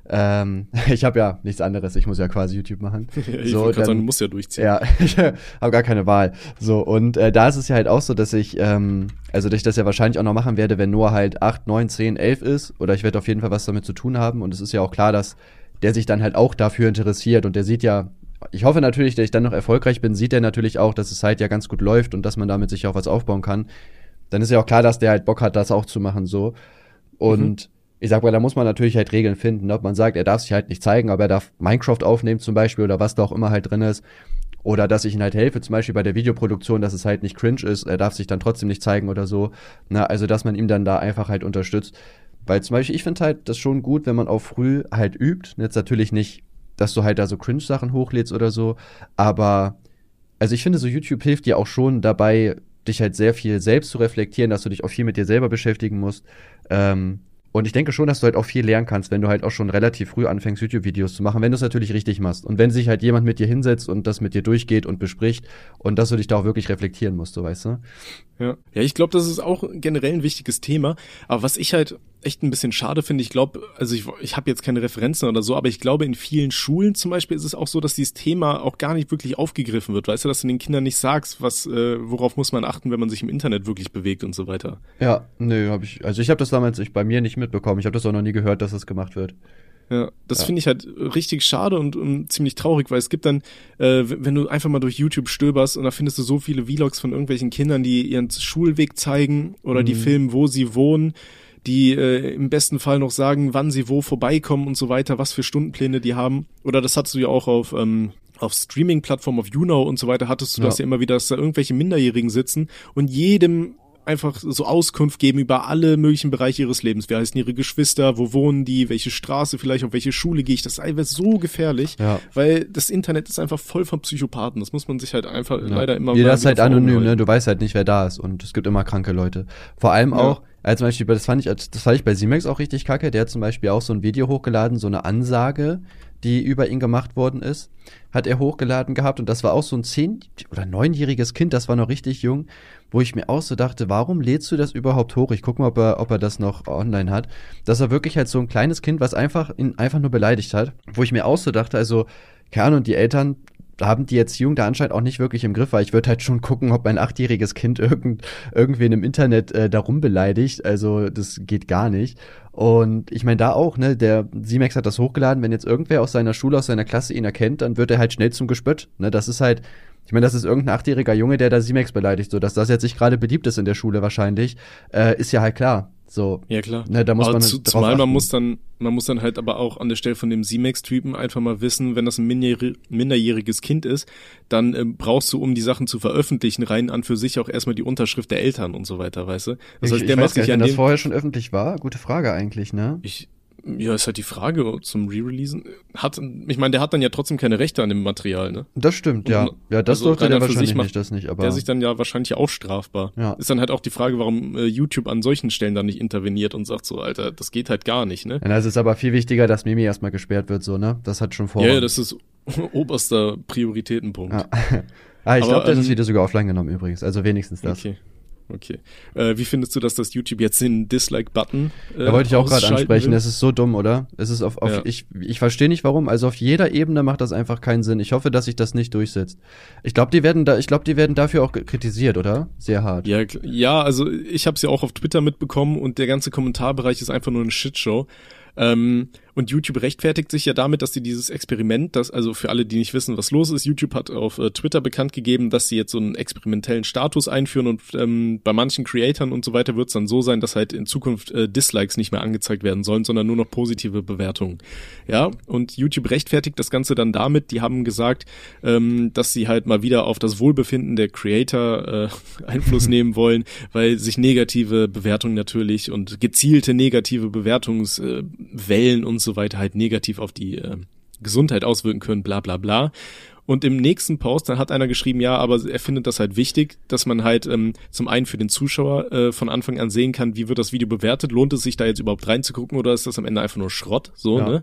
Ähm, ich habe ja nichts anderes, ich muss ja quasi YouTube machen. Ja, ich so, wollte gerade dann, sagen, du musst ja durchziehen. Ja, ich habe gar keine Wahl. So, und äh, da ist es ja halt auch so, dass ich, ähm, also dass ich das ja wahrscheinlich auch noch machen werde, wenn Noah halt acht, neun, zehn, elf ist. Oder ich werde auf jeden Fall was damit zu tun haben. Und es ist ja auch klar, dass der sich dann halt auch dafür interessiert. Und der sieht ja, ich hoffe natürlich, dass ich dann noch erfolgreich bin, sieht er natürlich auch, dass es halt ja ganz gut läuft und dass man damit sich auch was aufbauen kann. Dann ist ja auch klar, dass der halt Bock hat, das auch zu machen, so. Und mhm. ich sag mal, da muss man natürlich halt Regeln finden, ob man sagt, er darf sich halt nicht zeigen, aber er darf Minecraft aufnehmen zum Beispiel oder was da auch immer halt drin ist. Oder dass ich ihm halt helfe, zum Beispiel bei der Videoproduktion, dass es halt nicht cringe ist, er darf sich dann trotzdem nicht zeigen oder so. Na, also, dass man ihm dann da einfach halt unterstützt. Weil zum Beispiel, ich finde halt das schon gut, wenn man auch früh halt übt. Jetzt natürlich nicht, dass du halt da so Cringe-Sachen hochlädst oder so, aber also ich finde, so YouTube hilft dir auch schon dabei, dich halt sehr viel selbst zu reflektieren, dass du dich auch viel mit dir selber beschäftigen musst. Ähm, und ich denke schon, dass du halt auch viel lernen kannst, wenn du halt auch schon relativ früh anfängst, YouTube-Videos zu machen, wenn du es natürlich richtig machst. Und wenn sich halt jemand mit dir hinsetzt und das mit dir durchgeht und bespricht und dass du dich da auch wirklich reflektieren musst, so weißt du? Ja, ja, ich glaube, das ist auch generell ein wichtiges Thema. Aber was ich halt echt ein bisschen schade finde, ich glaube, also ich, ich habe jetzt keine Referenzen oder so, aber ich glaube, in vielen Schulen zum Beispiel ist es auch so, dass dieses Thema auch gar nicht wirklich aufgegriffen wird. Weißt du, dass du den Kindern nicht sagst, was, äh, worauf muss man achten, wenn man sich im Internet wirklich bewegt und so weiter. Ja, nö, habe ich, also ich habe das damals ich, bei mir nicht mitbekommen. Ich habe das auch noch nie gehört, dass das gemacht wird. Ja, das ja. finde ich halt richtig schade und, und ziemlich traurig, weil es gibt dann, äh, wenn du einfach mal durch YouTube stöberst und da findest du so viele Vlogs von irgendwelchen Kindern, die ihren Schulweg zeigen oder mhm. die filmen, wo sie wohnen, die äh, im besten Fall noch sagen, wann sie wo vorbeikommen und so weiter, was für Stundenpläne die haben. Oder das hattest du ja auch auf ähm, auf Streaming-Plattformen, auf YouNow und so weiter, hattest du ja. das ja immer wieder, dass da irgendwelche Minderjährigen sitzen und jedem einfach so Auskunft geben über alle möglichen Bereiche ihres Lebens. Wer heißen ihre Geschwister, wo wohnen die, welche Straße vielleicht, auf welche Schule gehe ich. Das ist einfach so gefährlich, ja. weil das Internet ist einfach voll von Psychopathen. Das muss man sich halt einfach ja. leider immer Jeder ist halt anonym, ne? Du weißt halt nicht, wer da ist und es gibt immer kranke Leute. Vor allem ja. auch, also zum Beispiel, das fand ich, das fand ich bei Z-Max auch richtig kacke. Der hat zum Beispiel auch so ein Video hochgeladen, so eine Ansage, die über ihn gemacht worden ist, hat er hochgeladen gehabt und das war auch so ein zehn- oder neunjähriges Kind, das war noch richtig jung, wo ich mir auch so dachte, warum lädst du das überhaupt hoch? Ich guck mal, ob er, ob er das noch online hat. Das war wirklich halt so ein kleines Kind, was einfach ihn einfach nur beleidigt hat, wo ich mir auch so dachte, also, keine Ahnung, die Eltern haben die Erziehung da anscheinend auch nicht wirklich im Griff, weil ich würde halt schon gucken, ob mein achtjähriges Kind irgend, irgendwen im Internet äh, darum beleidigt, also das geht gar nicht. Und ich meine da auch, ne, der Z-Max hat das hochgeladen, wenn jetzt irgendwer aus seiner Schule, aus seiner Klasse ihn erkennt, dann wird er halt schnell zum Gespött, ne, das ist halt, ich meine, das ist irgendein achtjähriger Junge, der da Z-Max beleidigt, so, dass das jetzt nicht gerade beliebt ist in der Schule wahrscheinlich, äh, ist ja halt klar. So, ja klar. Ne, da muss aber man zu, drauf zumal achten. man muss dann, man muss dann halt aber auch an der Stelle von dem Z-Max-Typen einfach mal wissen, wenn das ein minderjährig, minderjähriges Kind ist, dann äh, brauchst du, um die Sachen zu veröffentlichen, rein an für sich auch erstmal die Unterschrift der Eltern und so weiter, weißt du? Das ich, heißt, der ich macht weiß gar sich nicht, an wenn das dem, vorher schon öffentlich war, gute Frage eigentlich, ne? Ich, ja, ist halt die Frage zum Re-Releasen. Hat, ich meine, der hat dann ja trotzdem keine Rechte an dem Material, ne? Das stimmt, ja. Ja, das also durfte der wahrscheinlich macht, nicht, das nicht, aber. Der sich dann ja wahrscheinlich auch strafbar. Ja. Ist dann halt auch die Frage, warum äh, YouTube an solchen Stellen dann nicht interveniert und sagt so, Alter, das geht halt gar nicht, ne? Ja, es ist aber viel wichtiger, dass Mimi erstmal gesperrt wird, so, ne? Das hat schon Vorrang. Ja, ja, das ist oberster Prioritätenpunkt. Ja. ah, ich glaube, das ähm, ist wieder sogar offline genommen übrigens, also wenigstens das. Okay. Okay. Äh, wie findest du, dass das YouTube jetzt den Dislike-Button äh, Da wollte ich auch gerade ansprechen, will? Es ist so dumm, oder? Es ist auf, auf ja. ich, ich verstehe nicht warum, also auf jeder Ebene macht das einfach keinen Sinn. Ich hoffe, dass sich das nicht durchsetzt. Ich glaube, die werden da, ich glaube, die werden dafür auch kritisiert, oder? Sehr hart. Ja, ja, also ich habe es ja auch auf Twitter mitbekommen und der ganze Kommentarbereich ist einfach nur eine Shitshow. Ähm, und YouTube rechtfertigt sich ja damit, dass sie dieses Experiment, das, also für alle, die nicht wissen, was los ist, YouTube hat auf äh, Twitter bekannt gegeben, dass sie jetzt so einen experimentellen Status einführen und ähm, bei manchen Creatoren und so weiter wird es dann so sein, dass halt in Zukunft äh, Dislikes nicht mehr angezeigt werden sollen, sondern nur noch positive Bewertungen. Ja, und YouTube rechtfertigt das Ganze dann damit, die haben gesagt, ähm, dass sie halt mal wieder auf das Wohlbefinden der Creator äh, Einfluss nehmen wollen, weil sich negative Bewertungen natürlich und gezielte negative Bewertungswellen äh, und so weiter halt negativ auf die äh, Gesundheit auswirken können, bla bla bla. Und im nächsten Post, dann hat einer geschrieben, ja, aber er findet das halt wichtig, dass man halt ähm, zum einen für den Zuschauer äh, von Anfang an sehen kann, wie wird das Video bewertet, lohnt es sich da jetzt überhaupt reinzugucken oder ist das am Ende einfach nur Schrott, so, ja. ne?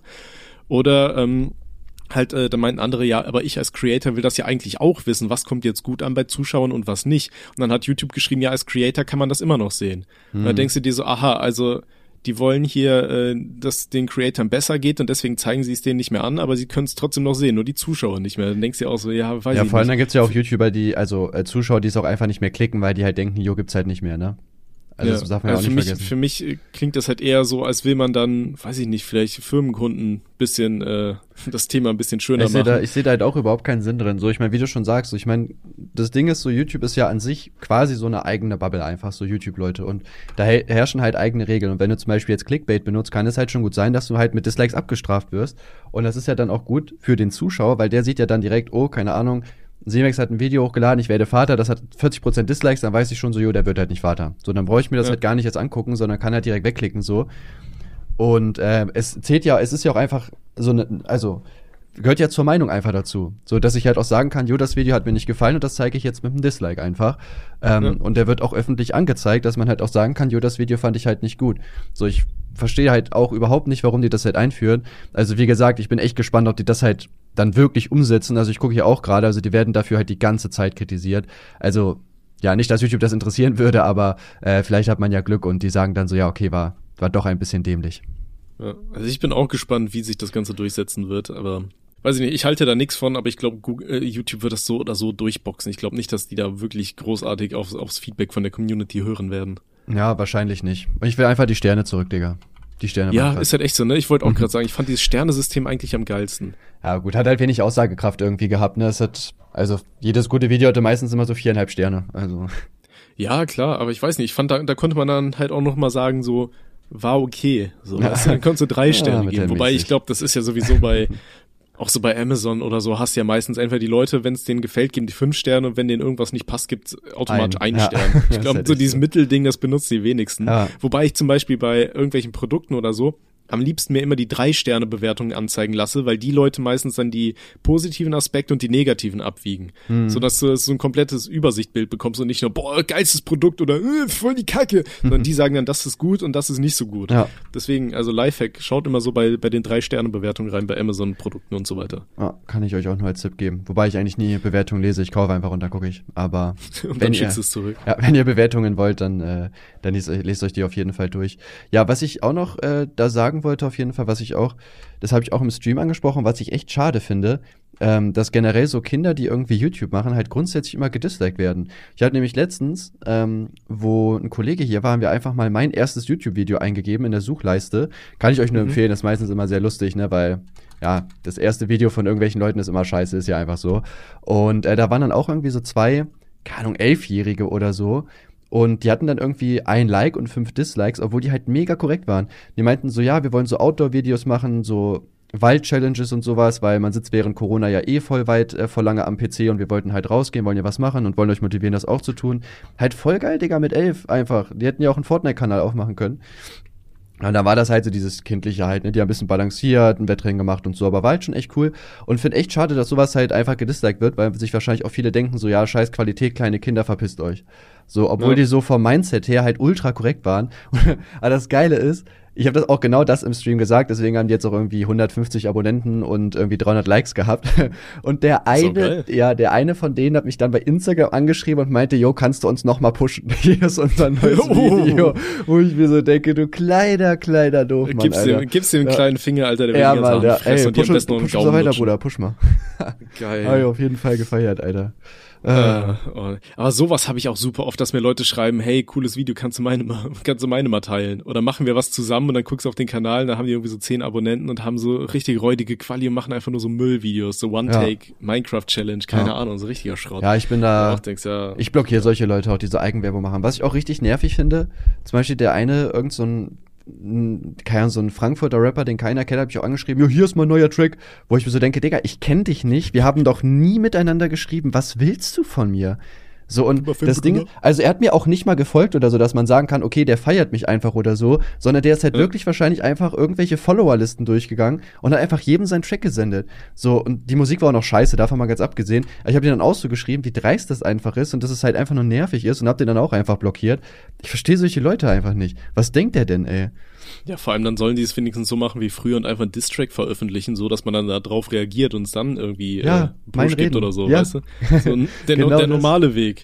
Oder ähm, halt, äh, da meinten andere, ja, aber ich als Creator will das ja eigentlich auch wissen, was kommt jetzt gut an bei Zuschauern und was nicht. Und dann hat YouTube geschrieben, ja, als Creator kann man das immer noch sehen. Mhm. Und dann denkst du dir so, aha, also die wollen hier, äh, dass den Creatoren besser geht und deswegen zeigen sie es denen nicht mehr an, aber sie können es trotzdem noch sehen, nur die Zuschauer nicht mehr. Dann denkst du ja auch so, ja, weiß ja, ich vor allem nicht. dann gibt's ja auch YouTuber, die, also äh, Zuschauer, die es auch einfach nicht mehr klicken, weil die halt denken, jo, gibt's halt nicht mehr, ne? Also ja, das darf man ja auch also nicht für mich, vergessen. für mich klingt das halt eher so, als will man dann, weiß ich nicht, vielleicht Firmenkunden bisschen, äh, das Thema ein bisschen schöner Ich sehe machen. da, ich sehe da halt auch überhaupt keinen Sinn drin. So, ich meine, wie du schon sagst, so, ich meine, das Ding ist so, YouTube ist ja an sich quasi so eine eigene Bubble einfach, so YouTube-Leute. Und da he- herrschen halt eigene Regeln. Und wenn du zum Beispiel jetzt Clickbait benutzt, kann es halt schon gut sein, dass du halt mit Dislikes abgestraft wirst. Und das ist ja dann auch gut für den Zuschauer, weil der sieht ja dann direkt, oh, keine Ahnung, Semex hat ein Video hochgeladen, ich werde Vater, das hat vierzig Prozent Dislikes, dann weiß ich schon so, jo, der wird halt nicht Vater. So, dann brauche ich mir das Ja. halt gar nicht jetzt angucken, sondern kann halt direkt wegklicken, so. Und äh, es zählt ja, es ist ja auch einfach so eine, also gehört ja zur Meinung einfach dazu. So, dass ich halt auch sagen kann, jo, das Video hat mir nicht gefallen und das zeige ich jetzt mit einem Dislike einfach. Ähm, Ja. Und der wird auch öffentlich angezeigt, dass man halt auch sagen kann, jo, das Video fand ich halt nicht gut. So, ich verstehe halt auch überhaupt nicht, warum die das halt einführen. Also wie gesagt, ich bin echt gespannt, ob die das halt dann wirklich umsetzen. Also ich gucke hier auch gerade, also die werden dafür halt die ganze Zeit kritisiert. Also ja, nicht, dass YouTube das interessieren würde, aber äh, vielleicht hat man ja Glück und die sagen dann so, ja, okay, war, war doch ein bisschen dämlich. Ja, also ich bin auch gespannt, wie sich das Ganze durchsetzen wird, aber weiß ich nicht, ich halte da nichts von, aber ich glaube, äh, YouTube wird das so oder so durchboxen. Ich glaube nicht, dass die da wirklich großartig aufs, aufs Feedback von der Community hören werden. Ja, wahrscheinlich nicht. Ich will einfach die Sterne zurück, Digga. Die Sterne Ja, waren krass. ist halt echt so, ne? Ich wollte auch Mhm. gerade sagen, ich fand dieses Sternesystem eigentlich am geilsten. Ja, gut, hat halt wenig Aussagekraft irgendwie gehabt, ne? Es hat, also jedes gute Video hatte meistens immer so viereinhalb Sterne. Also. Ja, klar, aber ich weiß nicht, ich fand, da, da konnte man dann halt auch noch mal sagen, so, war okay. So, Ja. weißt du, dann konntest du drei Ja, Sterne geben. Wobei mittelmäßig. ich glaube, das ist ja sowieso bei, auch so bei Amazon oder so, hast du ja meistens entweder die Leute, wenn es denen gefällt, geben die fünf Sterne und wenn denen irgendwas nicht passt, gibt's automatisch Ein. einen Ja. Stern. Das Ich ist glaube, halt so echt dieses so. Mittelding, das benutzen die wenigsten. Ja. Wobei ich zum Beispiel bei irgendwelchen Produkten oder so am liebsten mir immer die Drei-Sterne-Bewertungen anzeigen lasse, weil die Leute meistens dann die positiven Aspekte und die negativen abwiegen. Hm. Sodass du so ein komplettes Übersichtbild bekommst und nicht nur, boah, geilstes Produkt oder äh, voll die Kacke, sondern die sagen dann, das ist gut und das ist nicht so gut. Ja. Deswegen, also Lifehack, schaut immer so bei, bei den Drei-Sterne-Bewertungen rein, bei Amazon-Produkten und so weiter. Ja, kann ich euch auch nur als Tipp geben. Wobei ich eigentlich nie Bewertungen lese, ich kaufe einfach und dann gucke ich. Aber Und wenn dann ihr, schickst du es zurück. ja, wenn ihr Bewertungen wollt, dann, äh, dann lest, lest euch die auf jeden Fall durch. Ja, was ich auch noch äh, da sagen wollte, auf jeden Fall, was ich auch, das habe ich auch im Stream angesprochen, was ich echt schade finde, ähm, dass generell so Kinder, die irgendwie YouTube machen, halt grundsätzlich immer gedisliked werden. Ich hatte nämlich letztens, ähm, wo ein Kollege hier war, haben wir einfach mal mein erstes YouTube-Video eingegeben in der Suchleiste. Kann ich euch nur Mhm. empfehlen, das ist meistens immer sehr lustig, ne, weil ja, das erste Video von irgendwelchen Leuten ist immer scheiße, ist ja einfach so. Und äh, da waren dann auch irgendwie so zwei, keine Ahnung, Elfjährige oder so. Und die hatten dann irgendwie ein Like und fünf Dislikes, obwohl die halt mega korrekt waren. Die meinten so, ja, wir wollen so Outdoor-Videos machen, so Wald-Challenges und sowas, weil man sitzt während Corona ja eh voll weit, äh, voll lange am P C und wir wollten halt rausgehen, wollen ja was machen und wollen euch motivieren, das auch zu tun. Halt voll geil, Digga, mit elf einfach. Die hätten ja auch einen Fortnite-Kanal aufmachen können. Und da war das halt so dieses Kindliche halt, ne? Die haben ein bisschen balanciert, ein Wettrennen gemacht und so, aber war halt schon echt cool. Und finde echt schade, dass sowas halt einfach gedisliked wird, weil sich wahrscheinlich auch viele denken so, ja, scheiß Qualität, kleine Kinder, verpisst euch. So, obwohl Ja. die so vom Mindset her halt ultra korrekt waren. Aber das Geile ist, ich habe das auch genau das im Stream gesagt, deswegen haben die jetzt auch irgendwie hundertfünfzig Abonnenten und irgendwie dreihundert Likes gehabt. Und der Ist doch eine, geil. ja, der eine von denen hat mich dann bei Instagram angeschrieben und meinte, yo, kannst du uns noch mal pushen? Hier ist unser neues Oh. Video. Wo ich mir so denke, du kleiner, kleiner doof, Mann, Gibst Alter. dem, gibst dem einen Ja. kleinen Finger, Alter, der will Ja, die ganze Mann, Hand ja. fressen Ey, und die am push, besten noch einen push so Gaumen weiter, lutschen. Bruder, push mal. Geil. Hab ich auf jeden Fall gefeiert, Alter. Äh, Äh, oh. Aber sowas habe ich auch super oft, dass mir Leute schreiben, hey, cooles Video, kannst du meine mal, kannst du meine mal teilen? Oder machen wir was zusammen und dann guckst du auf den Kanal, dann haben die irgendwie so zehn Abonnenten und haben so richtig räudige Quali und machen einfach nur so Müllvideos, so One-Take, Minecraft-Challenge, keine Ja. Ahnung, so richtiger Schrott. ja, ich bin Wo da, du auch denkst, ja, ich blockiere solche Leute auch, die so Eigenwerbung machen. Was ich auch richtig nervig finde, zum Beispiel der eine, irgend so ein, n- keine Ahnung, so ein Frankfurter Rapper, den keiner kennt, habe ich auch angeschrieben, jo, hier ist mein neuer Track, wo ich mir so denke, Digga, ich kenn dich nicht, wir haben doch nie miteinander geschrieben, was willst du von mir? So, und Über das Ding, fünfhundert? also er hat mir auch nicht mal gefolgt oder so, dass man sagen kann, okay, der feiert mich einfach oder so, sondern der ist halt Ja. wirklich wahrscheinlich einfach irgendwelche Followerlisten durchgegangen und hat einfach jedem seinen Track gesendet. So, und die Musik war auch noch scheiße, davon mal ganz abgesehen. Aber ich habe dir dann auch so geschrieben, wie dreist das einfach ist und dass es halt einfach nur nervig ist und hab den dann auch einfach blockiert. Ich verstehe solche Leute einfach nicht. Was denkt der denn, ey? ja, vor allem dann sollen die es wenigstens so machen wie früher und einfach einen Diss-Track veröffentlichen, so dass man dann da drauf reagiert und es dann irgendwie Ja, äh, mein Push gibt Reden. oder so, Ja. weißt du? So, n- der, Genau der das. normale Weg. Ja,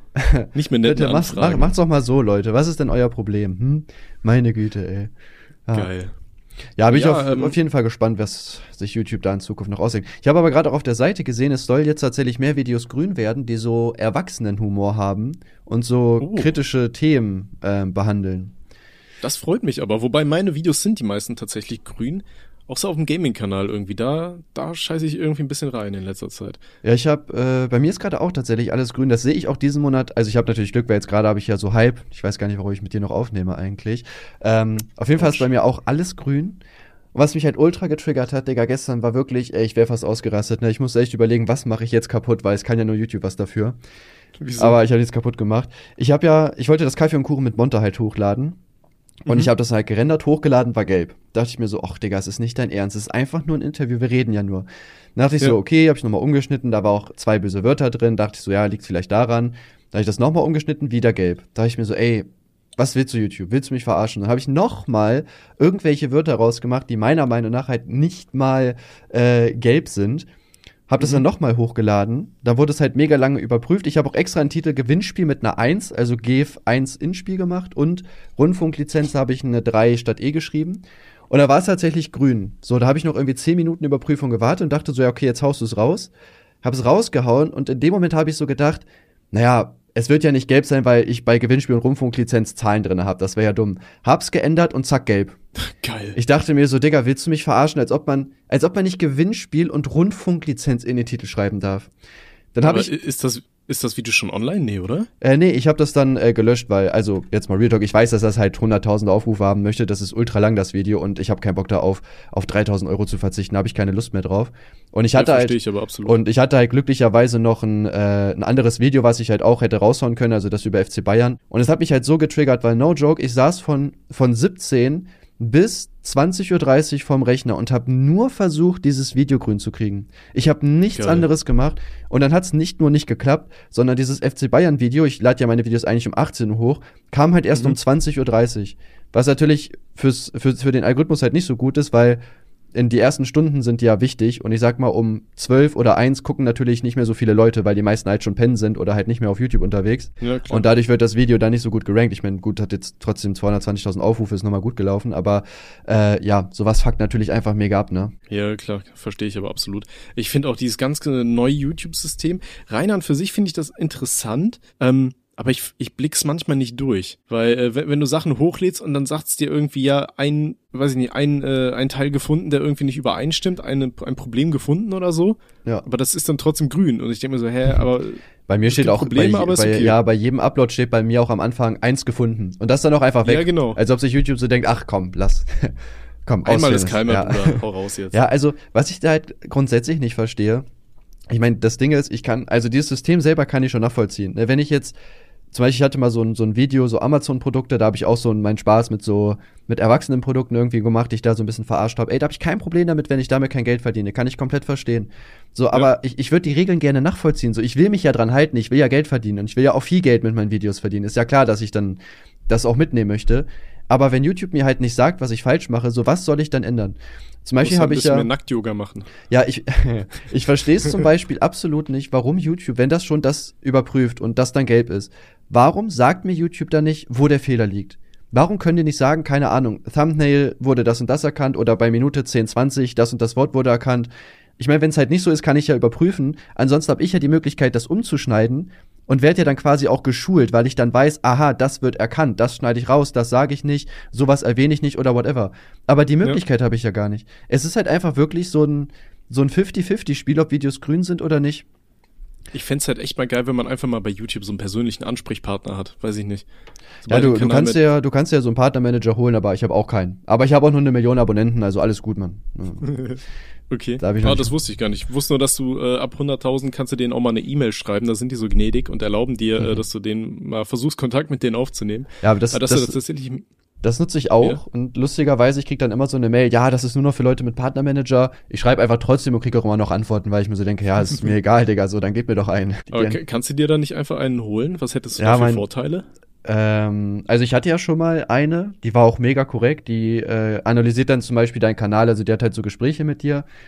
Nicht mehr nette Bitte, macht's, mach, Anfragen. macht's doch mal so, Leute. Was ist denn euer Problem? Hm? Meine Güte, ey. Ja. Geil. Ja, bin Ja, ich auf, ähm, auf jeden Fall gespannt, was sich YouTube da in Zukunft noch ausdenkt. Ich habe aber gerade auch auf der Seite gesehen, es soll jetzt tatsächlich mehr Videos grün werden, die so Erwachsenenhumor haben und so Oh. kritische Themen äh, behandeln. Das freut mich aber. Wobei meine Videos sind die meisten tatsächlich grün. Auch so auf dem Gaming-Kanal irgendwie. Da, da scheiße ich irgendwie ein bisschen rein in letzter Zeit. Ja, ich habe, äh, bei mir ist gerade auch tatsächlich alles grün. Das sehe ich auch diesen Monat. Also ich habe natürlich Glück, weil jetzt gerade habe ich ja so Hype. Ich weiß gar nicht, warum ich mit dir noch aufnehme eigentlich. Ähm, auf jeden Fall ist bei mir auch alles grün. Und was mich halt ultra getriggert hat, Digga, gestern war wirklich, ey, ich wäre fast ausgerastet. Ne? Ich musste echt überlegen, was mache ich jetzt kaputt, weil es kann ja nur YouTube was dafür. Wieso? Aber ich habe jetzt kaputt gemacht. Ich habe ja, ich wollte das Kaffee und Kuchen mit Monte halt hochladen. Und Mhm. ich habe das halt gerendert, hochgeladen, war gelb. Dachte ich mir so, ach Digga, es ist nicht dein Ernst, es ist einfach nur ein Interview, wir reden ja nur. Dann dachte ich Ja. so, okay, habe ich nochmal umgeschnitten, da war auch zwei böse Wörter drin, dachte ich so, ja, liegt vielleicht daran. Da habe ich das nochmal umgeschnitten, wieder gelb. Da dachte ich mir so, ey, was willst du YouTube? Willst du mich verarschen? Dann habe ich nochmal irgendwelche Wörter rausgemacht, die meiner Meinung nach halt nicht mal äh, gelb sind. Hab das Mhm. dann nochmal hochgeladen. Da wurde es halt mega lange überprüft. Ich habe auch extra einen Titel Gewinnspiel mit einer eins, also G E F eins Inspiel gemacht. Und Rundfunklizenz habe ich eine drei statt E geschrieben. Und da war es tatsächlich grün. So, da habe ich noch irgendwie zehn Minuten Überprüfung gewartet und dachte so, ja, okay, jetzt haust du es raus. Hab es rausgehauen und in dem Moment habe ich so gedacht, naja, es wird ja nicht gelb sein, weil ich bei Gewinnspiel und Rundfunklizenz Zahlen drin habe. Das wäre ja dumm. Hab's geändert und zack, gelb. Geil. Ich dachte mir so, Digga, willst du mich verarschen, als ob man, als ob man nicht Gewinnspiel und Rundfunklizenz in den Titel schreiben darf. Dann habe Aber ich, ist das, ist das Video schon online? Nee, oder? äh, nee, ich habe das dann äh, gelöscht, weil, also jetzt mal Real Talk, ich weiß, dass das halt hunderttausende Aufrufe haben möchte, das ist ultra lang, das Video, und ich habe keinen Bock da auf, auf dreitausend Euro zu verzichten, da habe ich keine Lust mehr drauf. Und ich hatte ja, halt, verstehe ich aber absolut. und ich hatte halt glücklicherweise noch ein, äh, ein anderes Video, was ich halt auch hätte raushauen können, also das über F C Bayern. Und es hat mich halt so getriggert, weil no joke, ich saß von, von siebzehn bis zwanzig Uhr dreißig vorm Rechner und habe nur versucht, dieses Video grün zu kriegen. Ich habe nichts Geil. anderes gemacht und dann hat es nicht nur nicht geklappt, sondern dieses F C Bayern Video, ich lade ja meine Videos eigentlich um achtzehn Uhr hoch, kam halt erst Mhm. um zwanzig Uhr dreißig. Was natürlich fürs, für, für den Algorithmus halt nicht so gut ist, weil in die ersten Stunden sind die ja wichtig und ich sag mal, um zwölf oder eins gucken natürlich nicht mehr so viele Leute, weil die meisten halt schon pennen sind oder halt nicht mehr auf YouTube unterwegs. Ja, klar. Und dadurch wird das Video dann nicht so gut gerankt. Ich meine, gut, hat jetzt trotzdem zweihundertzwanzigtausend Aufrufe, ist nochmal gut gelaufen, aber äh, ja, sowas fuckt natürlich einfach mega ab, ne? Ja, klar, verstehe ich aber absolut. Ich finde auch dieses ganze neue YouTube-System, rein an für sich finde ich das interessant, ähm, aber ich, ich blick's manchmal nicht durch, weil äh, wenn, wenn du Sachen hochlädst und dann sagt's dir irgendwie ja ein, weiß ich nicht, ein, äh, ein Teil gefunden, der irgendwie nicht übereinstimmt, eine, ein Problem gefunden oder so, Ja. aber das ist dann trotzdem grün und ich denke mir so, hä, aber Bei mir Es steht gibt auch, Probleme, bei, aber ist bei, okay. ja, bei jedem Upload steht bei mir auch am Anfang eins gefunden. Und das dann auch einfach weg. Ja, genau. Als ob sich YouTube so denkt, ach komm, lass. komm, einmal ausführen. ist keimer, ja. Bruder, hau raus jetzt. Ja, also, was ich da halt grundsätzlich nicht verstehe, ich meine, das Ding ist, ich kann, also dieses System selber kann ich schon nachvollziehen. Ne, wenn ich jetzt, zum Beispiel, ich hatte mal so ein, so ein Video, so Amazon-Produkte, da habe ich auch so meinen Spaß mit so, mit erwachsenen Produkten irgendwie gemacht, die ich da so ein bisschen verarscht habe. Ey, da habe ich kein Problem damit, wenn ich damit kein Geld verdiene. Kann ich komplett verstehen. So, aber ich, ich würde die Regeln gerne nachvollziehen. So, ich will mich ja dran halten, ich will ja Geld verdienen und ich will ja auch viel Geld mit meinen Videos verdienen. Ist ja klar, dass ich dann das auch mitnehmen möchte. Aber wenn YouTube mir halt nicht sagt, was ich falsch mache, so was soll ich dann ändern? Zum Beispiel habe ich ja. mehr Nackt-Yoga machen. Ja, ich, ich verstehe es zum Beispiel absolut nicht, warum YouTube, wenn das schon das überprüft und das dann gelb ist, warum sagt mir YouTube dann nicht, wo der Fehler liegt? Warum können die nicht sagen, keine Ahnung, Thumbnail wurde das und das erkannt oder bei Minute zehn zwanzig das und das Wort wurde erkannt? Ich meine, wenn es halt nicht so ist, kann ich ja überprüfen. Ansonsten habe ich ja die Möglichkeit, das umzuschneiden und werde ja dann quasi auch geschult, weil ich dann weiß, aha, das wird erkannt, das schneide ich raus, das sage ich nicht, sowas erwähne ich nicht oder whatever. Aber die Möglichkeit ja. habe ich ja gar nicht. Es ist halt einfach wirklich so ein, so ein fünfzig fünfzig Spiel, ob Videos grün sind oder nicht. Ich fänd's halt echt mal geil, wenn man einfach mal bei YouTube so einen persönlichen Ansprechpartner hat. Weiß ich nicht. Ja, du, du kannst ja, du kannst ja so einen Partnermanager holen, aber ich habe auch keinen. Aber ich habe auch nur eine Million Abonnenten, also alles gut, Mann. Ja. Okay, da hab ich ah, noch das nicht. wusste ich gar nicht. Ich wusste nur, dass du äh, ab hunderttausend kannst du denen auch mal eine E-Mail schreiben, da sind die so gnädig und erlauben dir, Mhm. äh, dass du denen mal versuchst, Kontakt mit denen aufzunehmen. Ja, aber das, Aber dass das, du das tatsächlich, das nutze ich auch Ja. und lustigerweise, ich krieg dann immer so eine Mail, ja, das ist nur noch für Leute mit Partnermanager. Ich schreibe einfach trotzdem und kriege auch immer noch Antworten, weil ich mir so denke, ja, ist mir egal, Digga, so, dann gib mir doch einen. Die aber gern- k- kannst du dir da nicht einfach einen holen? Was hättest du Ja, da für mein- Vorteile? Ähm, also ich hatte ja schon mal eine, die war auch mega korrekt, die äh, analysiert dann zum Beispiel deinen Kanal, also die hat halt so Gespräche mit dir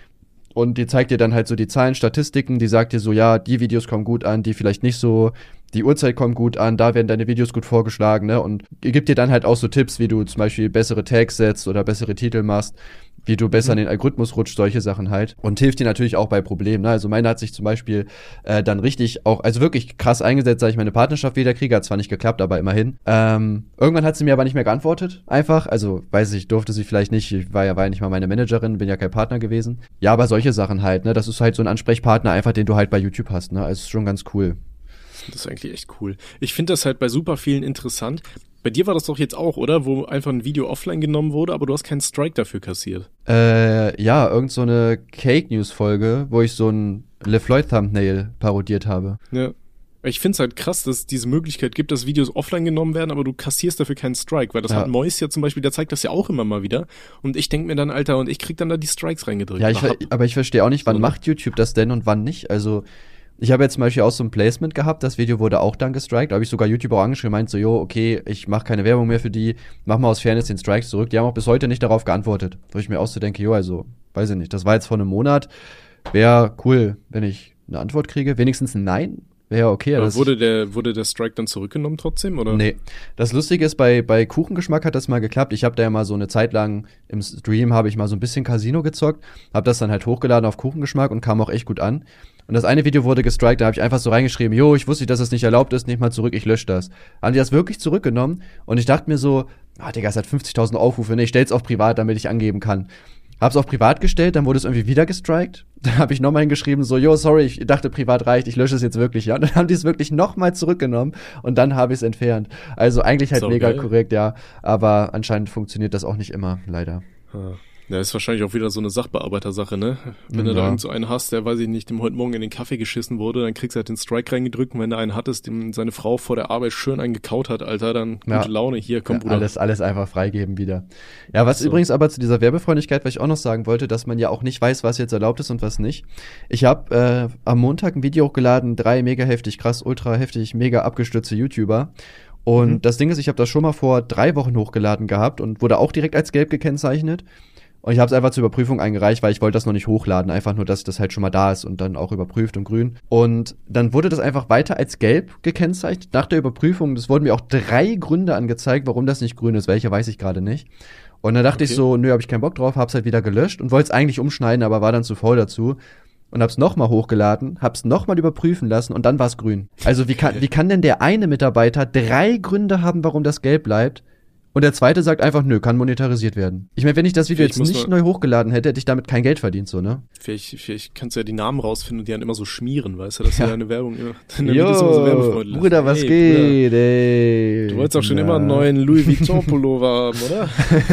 und die zeigt dir dann halt so die Zahlen, Statistiken, die sagt dir so, ja, die Videos kommen gut an, die vielleicht nicht so, die Uhrzeit kommt gut an, da werden deine Videos gut vorgeschlagen, ne, und gibt dir dann halt auch so Tipps, wie du zum Beispiel bessere Tags setzt oder bessere Titel machst, wie du besser in den Algorithmus rutscht, solche Sachen halt. Und hilft dir natürlich auch bei Problemen, ne? Also meine hat sich zum Beispiel äh, dann richtig auch, also wirklich krass eingesetzt, seit ich meine Partnerschaft wieder kriege. Hat zwar nicht geklappt, aber immerhin. Ähm, irgendwann hat sie mir aber nicht mehr geantwortet, einfach. Also, weiß ich, durfte sie vielleicht nicht. Ich war ja, war ja nicht mal meine Managerin, bin ja kein Partner gewesen. Ja, aber solche Sachen halt, ne? Das ist halt so ein Ansprechpartner einfach, den du halt bei YouTube hast, ne? Also ist schon ganz cool. Das ist eigentlich echt cool. Ich finde das halt bei super vielen interessant. Bei dir war das doch jetzt auch, oder? Wo einfach ein Video offline genommen wurde, aber du hast keinen Strike dafür kassiert. Äh, ja, irgend so eine Cake-News-Folge, wo ich so ein LeFloid-Thumbnail parodiert habe. Ja. Ich finde es halt krass, dass es diese Möglichkeit gibt, dass Videos offline genommen werden, aber du kassierst dafür keinen Strike, weil das ja. hat Mois ja zum Beispiel, der zeigt das ja auch immer mal wieder. Und ich denke mir dann, Alter, und ich krieg dann da die Strikes reingedrückt. Ja, ich ver- aber ich verstehe auch nicht, wann so, macht YouTube das denn und wann nicht? Also ich habe jetzt zum Beispiel auch so ein Placement gehabt, das Video wurde auch dann gestrikt, da habe ich sogar YouTube auch angeschrieben, meint so, jo, okay, ich mache keine Werbung mehr für die, mach mal aus Fairness den Strikes zurück. Die haben auch bis heute nicht darauf geantwortet, wo ich mir auch so denke, jo, also, weiß ich nicht, das war jetzt vor einem Monat, wäre cool, wenn ich eine Antwort kriege, wenigstens ein Nein, wäre okay. Aber wurde der, wurde der Strike dann zurückgenommen trotzdem, oder? Nee, das Lustige ist, bei, bei Kuchengeschmack hat das mal geklappt, ich habe da ja mal so eine Zeit lang, im Stream habe ich mal so ein bisschen Casino gezockt, habe das dann halt hochgeladen auf Kuchengeschmack und kam auch echt gut an. Und das eine Video wurde gestrikt, da habe ich einfach so reingeschrieben, jo, ich wusste nicht, dass das nicht erlaubt ist, nehmt mal zurück, ich lösche das. Haben die das wirklich zurückgenommen und ich dachte mir so, ah, Digga, es hat fünfzigtausend Aufrufe, ne, ich stell's auf privat, damit ich angeben kann. Hab's auf privat gestellt, dann wurde es irgendwie wieder gestrikt. Dann habe ich nochmal hingeschrieben, so, jo, sorry, ich dachte, privat reicht, ich lösche es jetzt wirklich, ja. Und dann haben die es wirklich nochmal zurückgenommen und dann habe ich es entfernt. Also eigentlich halt so mega geil. Korrekt, ja. Aber anscheinend funktioniert das auch nicht immer, leider. Ha. Ja, ist wahrscheinlich auch wieder so eine Sachbearbeitersache, ne? Wenn ja. du da irgend so einen hast, der, weiß ich nicht, dem heute Morgen in den Kaffee geschissen wurde, dann kriegst du halt den Strike reingedrückt und wenn du einen hattest, dem seine Frau vor der Arbeit schön einen gekaut hat, Alter, dann gute ja. Laune, hier, komm, ja, Bruder. Alles, alles einfach freigeben wieder. Ja, was so. Übrigens aber zu dieser Werbefreundlichkeit, was ich auch noch sagen wollte, dass man ja auch nicht weiß, was jetzt erlaubt ist und was nicht. Ich habe äh, am Montag ein Video hochgeladen, drei mega heftig, krass, ultra heftig, mega abgestürzte YouTuber. Und mhm. das Ding ist, ich habe das schon mal vor drei Wochen hochgeladen gehabt und wurde auch direkt als gelb gekennzeichnet. Und ich habe es einfach zur Überprüfung eingereicht, weil ich wollte das noch nicht hochladen. Einfach nur, dass das halt schon mal da ist und dann auch überprüft und grün. Und dann wurde das einfach weiter als gelb gekennzeichnet. Nach der Überprüfung, das wurden mir auch drei Gründe angezeigt, warum das nicht grün ist. Welche weiß ich gerade nicht. Und dann dachte okay. ich so, nö, hab ich keinen Bock drauf, hab's halt wieder gelöscht und wollte es eigentlich umschneiden, aber war dann zu faul dazu. Und hab's nochmal hochgeladen, hab's nochmal überprüfen lassen und dann war's grün. Also wie kann, wie kann denn der eine Mitarbeiter drei Gründe haben, warum das gelb bleibt? Und der zweite sagt einfach, nö, kann monetarisiert werden. Ich meine, wenn ich das Video vielleicht jetzt nicht neu hochgeladen hätte, hätte ich damit kein Geld verdient, so, ne? Vielleicht, vielleicht kannst du ja die Namen rausfinden und die dann immer so schmieren, weißt du, dass ja. du deine Werbung immer, deine Videos immer so werbefreundlich. Bruder, was hey, geht, Bruder. Ey? Du wolltest auch schon ja. immer einen neuen Louis Vuitton Pullover haben, oder?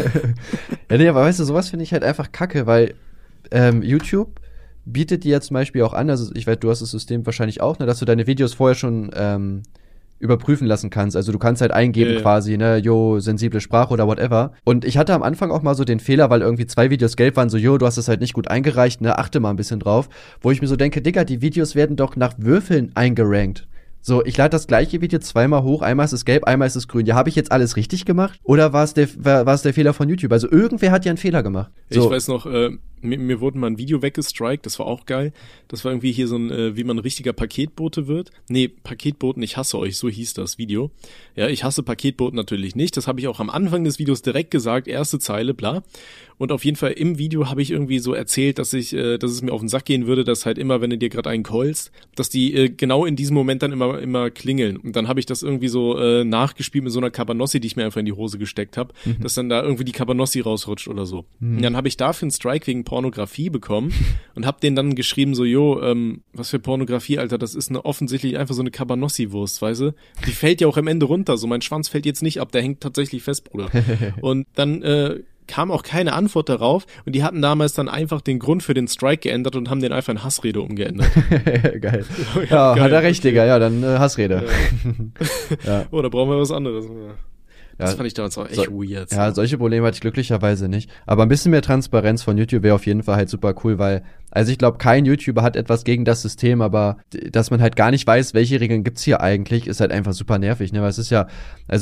Ja, nee, aber weißt du, sowas finde ich halt einfach kacke, weil ähm, YouTube bietet dir ja zum Beispiel auch an, also ich weiß, du hast das System wahrscheinlich auch, ne, dass du deine Videos vorher schon ähm, überprüfen lassen kannst. Also du kannst halt eingeben ja, ja. quasi, ne, jo, sensible Sprache oder whatever. Und ich hatte am Anfang auch mal so den Fehler, weil irgendwie zwei Videos gelb waren, so, jo, du hast es halt nicht gut eingereicht, ne, achte mal ein bisschen drauf. Wo ich mir so denke, Digga, die Videos werden doch nach Würfeln eingerankt. So, ich lade das gleiche Video zweimal hoch, einmal ist es gelb, einmal ist es grün. Ja, habe ich jetzt alles richtig gemacht? Oder war es der, war, war es der Fehler von YouTube? Also irgendwer hat ja einen Fehler gemacht. So. Ich weiß noch, äh, mir, mir wurde mal ein Video weggestrikt, das war auch geil. Das war irgendwie hier so ein, äh, wie man ein richtiger Paketbote wird. Nee, Paketboten, ich hasse euch, so hieß das Video. Ja, ich hasse Paketboten natürlich nicht. Das habe ich auch am Anfang des Videos direkt gesagt, erste Zeile, bla. Und auf jeden Fall im Video habe ich irgendwie so erzählt, dass ich, äh, dass es mir auf den Sack gehen würde, dass halt immer, wenn du dir gerade einen callst, dass die äh, genau in diesem Moment dann immer immer klingeln. Und dann habe ich das irgendwie so äh, nachgespielt mit so einer Cabanossi, die ich mir einfach in die Hose gesteckt habe, mhm. dass dann da irgendwie die Cabanossi rausrutscht oder so. Mhm. Und dann habe ich dafür einen Strike wegen Pornografie bekommen und habe denen dann geschrieben so, jo, ähm, was für Pornografie, Alter, das ist eine offensichtlich einfach so eine Cabanossi-Wurst, weißt du? Die fällt ja auch am Ende runter, so mein Schwanz fällt jetzt nicht ab, der hängt tatsächlich fest, Bruder. Und dann äh, kam auch keine Antwort darauf und die hatten damals dann einfach den Grund für den Strike geändert und haben den einfach in Hassrede umgeändert. Geil. Ja, ja geil. Hat er recht, Digga, ja, dann äh, Hassrede. Ja. Ja. Oh, da brauchen wir was anderes. Das ja, fand ich damals auch echt so, weird. Ja, solche Probleme hatte ich glücklicherweise nicht. Aber ein bisschen mehr Transparenz von YouTube wäre auf jeden Fall halt super cool, weil, also ich glaube, kein YouTuber hat etwas gegen das System, aber dass man halt gar nicht weiß, welche Regeln gibt's hier eigentlich, ist halt einfach super nervig, ne? Weil es ist ja, also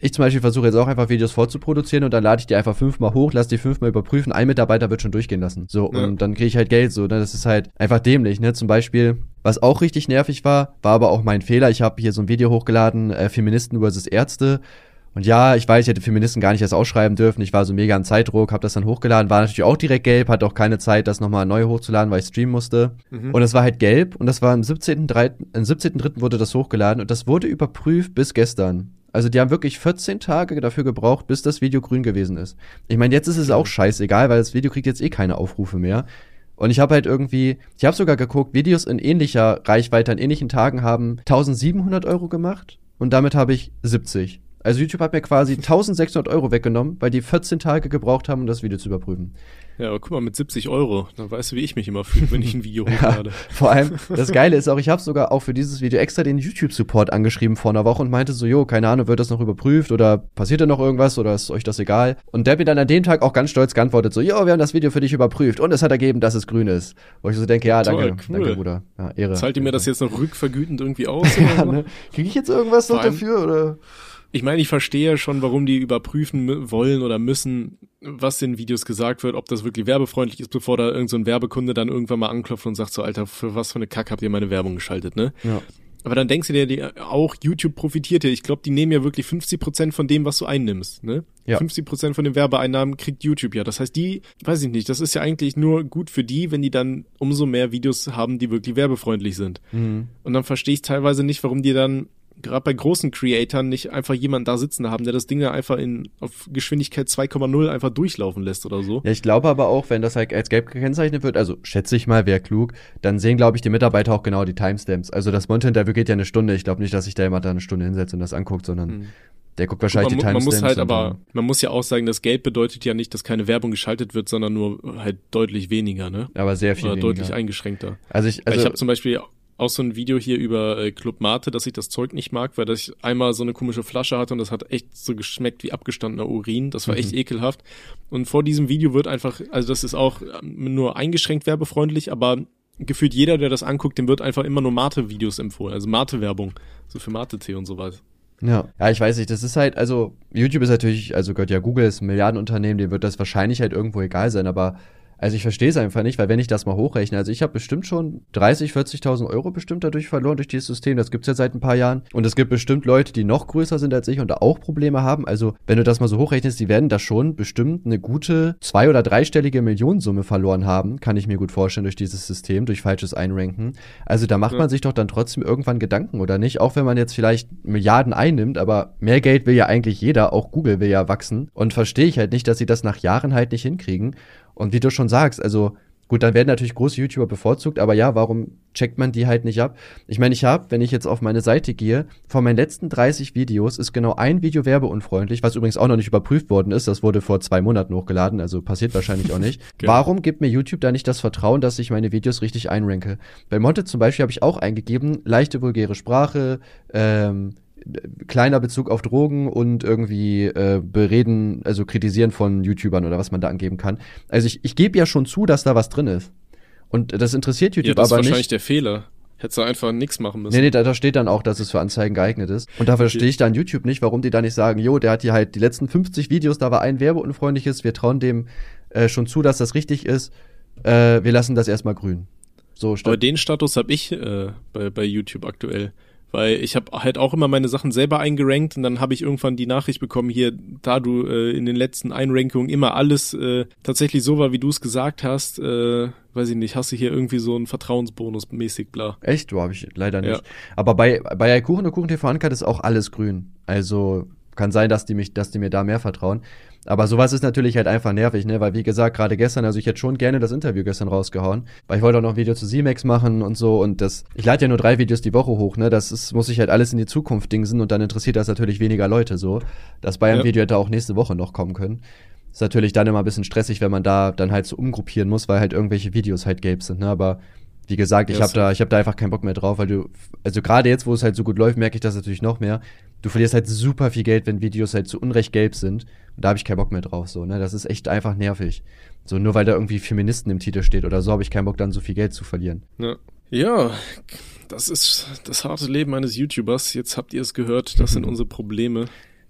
ich zum Beispiel versuche jetzt auch einfach Videos vorzuproduzieren und dann lade ich die einfach fünfmal hoch, lasse die fünfmal überprüfen, ein Mitarbeiter wird schon durchgehen lassen. So, ja. Und dann kriege ich halt Geld, so, ne? Das ist halt einfach dämlich, ne? Zum Beispiel, was auch richtig nervig war, war aber auch mein Fehler. Ich habe hier so ein Video hochgeladen, äh, Feministen versus Ärzte. Und ja, ich weiß, ich hätte Feministen gar nicht erst ausschreiben dürfen. Ich war so mega im Zeitdruck, habe das dann hochgeladen, war natürlich auch direkt gelb, hatte auch keine Zeit, das nochmal neu hochzuladen, weil ich streamen musste. Mhm. Und es war halt gelb und das war am siebzehnten dritten wurde das hochgeladen und das wurde überprüft bis gestern. Also die haben wirklich vierzehn Tage dafür gebraucht, bis das Video grün gewesen ist. Ich meine, jetzt ist es auch scheißegal, weil das Video kriegt jetzt eh keine Aufrufe mehr. Und ich habe halt irgendwie, ich habe sogar geguckt, Videos in ähnlicher Reichweite, an ähnlichen Tagen haben eintausendsiebenhundert Euro gemacht und damit habe ich siebzig. Also YouTube hat mir quasi eintausendsechshundert Euro weggenommen, weil die vierzehn Tage gebraucht haben, um das Video zu überprüfen. Ja, aber guck mal, mit siebzig Euro, dann weißt du, wie ich mich immer fühle, wenn ich ein Video hochlade. Ja, vor allem, das Geile ist auch, ich habe sogar auch für dieses Video extra den YouTube-Support angeschrieben vor einer Woche und meinte so, jo, keine Ahnung, wird das noch überprüft oder passiert da noch irgendwas oder ist euch das egal? Und der hat mir dann an dem Tag auch ganz stolz geantwortet, so, jo, wir haben das Video für dich überprüft und es hat ergeben, dass es grün ist. Wo ich so denke, ja, danke, Toll, cool. danke, Bruder. Ja, Ehre. Zahlt ihr mir das jetzt noch rückvergütend irgendwie aus? Ja, ne? Kriege ich jetzt irgendwas noch allem, dafür, oder? Ich meine, ich verstehe schon, warum die überprüfen wollen oder müssen, was in Videos gesagt wird, ob das wirklich werbefreundlich ist, bevor da irgend so ein Werbekunde dann irgendwann mal anklopft und sagt so, Alter, für was für eine Kack habt ihr meine Werbung geschaltet, ne? Ja. Aber dann denkst du dir, die, auch YouTube profitiert ja. Ich glaube, die nehmen ja wirklich fünfzig Prozent von dem, was du einnimmst, ne? Ja. fünfzig Prozent von den Werbeeinnahmen kriegt YouTube ja. Das heißt, die, weiß ich nicht, das ist ja eigentlich nur gut für die, wenn die dann umso mehr Videos haben, die wirklich werbefreundlich sind. Mhm. Und dann verstehe ich teilweise nicht, warum die dann gerade bei großen Creatoren nicht einfach jemanden da sitzen haben, der das Ding da einfach in auf Geschwindigkeit zwei Komma null einfach durchlaufen lässt oder so. Ja, ich glaube aber auch, wenn das halt als gelb gekennzeichnet wird, also schätze ich mal, wäre klug, dann sehen, glaube ich, die Mitarbeiter auch genau die Timestamps. Also das Monte-Interview geht ja eine Stunde. Ich glaube nicht, dass sich da jemand da eine Stunde hinsetzt und das anguckt, sondern hm. der guckt wahrscheinlich man, die Timestamps. Man muss halt aber, man muss ja auch sagen, das Gelb bedeutet ja nicht, dass keine Werbung geschaltet wird, sondern nur halt deutlich weniger, ne? Aber sehr viel oder weniger. Deutlich eingeschränkter. Also ich, also ich habe zum Beispiel auch so ein Video hier über äh, Club Mate, dass ich das Zeug nicht mag, weil ich einmal so eine komische Flasche hatte und das hat echt so geschmeckt wie abgestandener Urin. Das war echt mhm. ekelhaft. Und vor diesem Video wird einfach, also das ist auch nur eingeschränkt werbefreundlich, aber gefühlt jeder, der das anguckt, dem wird einfach immer nur Mate-Videos empfohlen, also Mate-Werbung, so für Mate-Tee und sowas. Ja, ja, ich weiß nicht, das ist halt, also YouTube ist natürlich, also gehört ja Google, ist ein Milliardenunternehmen, dem wird das wahrscheinlich halt irgendwo egal sein, aber also ich verstehe es einfach nicht, weil wenn ich das mal hochrechne, also ich habe bestimmt schon dreißig, vierzigtausend Euro bestimmt dadurch verloren durch dieses System, das gibt's ja seit ein paar Jahren und es gibt bestimmt Leute, die noch größer sind als ich und da auch Probleme haben, also wenn du das mal so hochrechnest, die werden da schon bestimmt eine gute zwei- oder dreistellige Millionensumme verloren haben, kann ich mir gut vorstellen durch dieses System, durch falsches Einranken, also da macht ja. man sich doch dann trotzdem irgendwann Gedanken, oder nicht, auch wenn man jetzt vielleicht Milliarden einnimmt, aber mehr Geld will ja eigentlich jeder, auch Google will ja wachsen und verstehe ich halt nicht, dass sie das nach Jahren halt nicht hinkriegen. Und wie du schon sagst, also gut, dann werden natürlich große YouTuber bevorzugt, aber ja, warum checkt man die halt nicht ab? Ich meine, ich habe, wenn ich jetzt auf meine Seite gehe, von meinen letzten dreißig Videos ist genau ein Video werbeunfreundlich, was übrigens auch noch nicht überprüft worden ist, das wurde vor zwei Monaten hochgeladen, also passiert wahrscheinlich auch nicht. Genau. Warum gibt mir YouTube da nicht das Vertrauen, dass ich meine Videos richtig einranke? Bei Monte zum Beispiel habe ich auch eingegeben, leichte vulgäre Sprache, ähm, kleiner Bezug auf Drogen und irgendwie äh, bereden, also kritisieren von YouTubern oder was man da angeben kann. Also ich, ich gebe ja schon zu, dass da was drin ist. Und das interessiert YouTube aber nicht. Ja, das ist wahrscheinlich der Fehler. Hättest du einfach nichts machen müssen. Nee, nee, da, da steht dann auch, dass es für Anzeigen geeignet ist. Und da verstehe ich dann YouTube nicht, warum die da nicht sagen, jo, der hat hier halt die letzten fünfzig Videos, da war ein werbeunfreundliches, wir trauen dem äh, schon zu, dass das richtig ist, äh, wir lassen das erstmal grün. So, aber den Status habe ich äh, bei, bei YouTube aktuell. Weil ich habe halt auch immer meine Sachen selber eingerankt und dann habe ich irgendwann die Nachricht bekommen, hier, da du äh, in den letzten Einrankungen immer alles äh, tatsächlich so war, wie du es gesagt hast, äh, weiß ich nicht, hast du hier irgendwie so einen Vertrauensbonus mäßig, bla. Echt? Du, habe ich leider nicht. Ja. Aber bei bei Kuchen und Kuchen T V Uncut ist auch alles grün. Also kann sein, dass die mich, dass die mir da mehr vertrauen. Aber sowas ist natürlich halt einfach nervig, ne? Weil wie gesagt, gerade gestern, also ich hätte schon gerne das Interview gestern rausgehauen, weil ich wollte auch noch ein Video zu Z-Max machen und so und das, ich lade ja nur drei Videos die Woche hoch, ne? Das ist, muss ich halt alles in die Zukunft dingsen und dann interessiert das natürlich weniger Leute so. Das Bayern-Video ja. hätte auch nächste Woche noch kommen können. Ist natürlich dann immer ein bisschen stressig, wenn man da dann halt so umgruppieren muss, weil halt irgendwelche Videos halt gelb sind, ne? Aber wie gesagt, ich yes. habe da, ich habe da einfach keinen Bock mehr drauf, weil du, also gerade jetzt, wo es halt so gut läuft, merke ich das natürlich noch mehr. Du verlierst halt super viel Geld, wenn Videos halt zu Unrecht gelb sind. Und da habe ich keinen Bock mehr drauf, so, ne? Das ist echt einfach nervig. So, nur weil da irgendwie Feministen im Titel steht oder so, habe ich keinen Bock, dann so viel Geld zu verlieren. Ja. Ja, das ist das harte Leben eines YouTubers. Jetzt habt ihr es gehört, das sind unsere Probleme.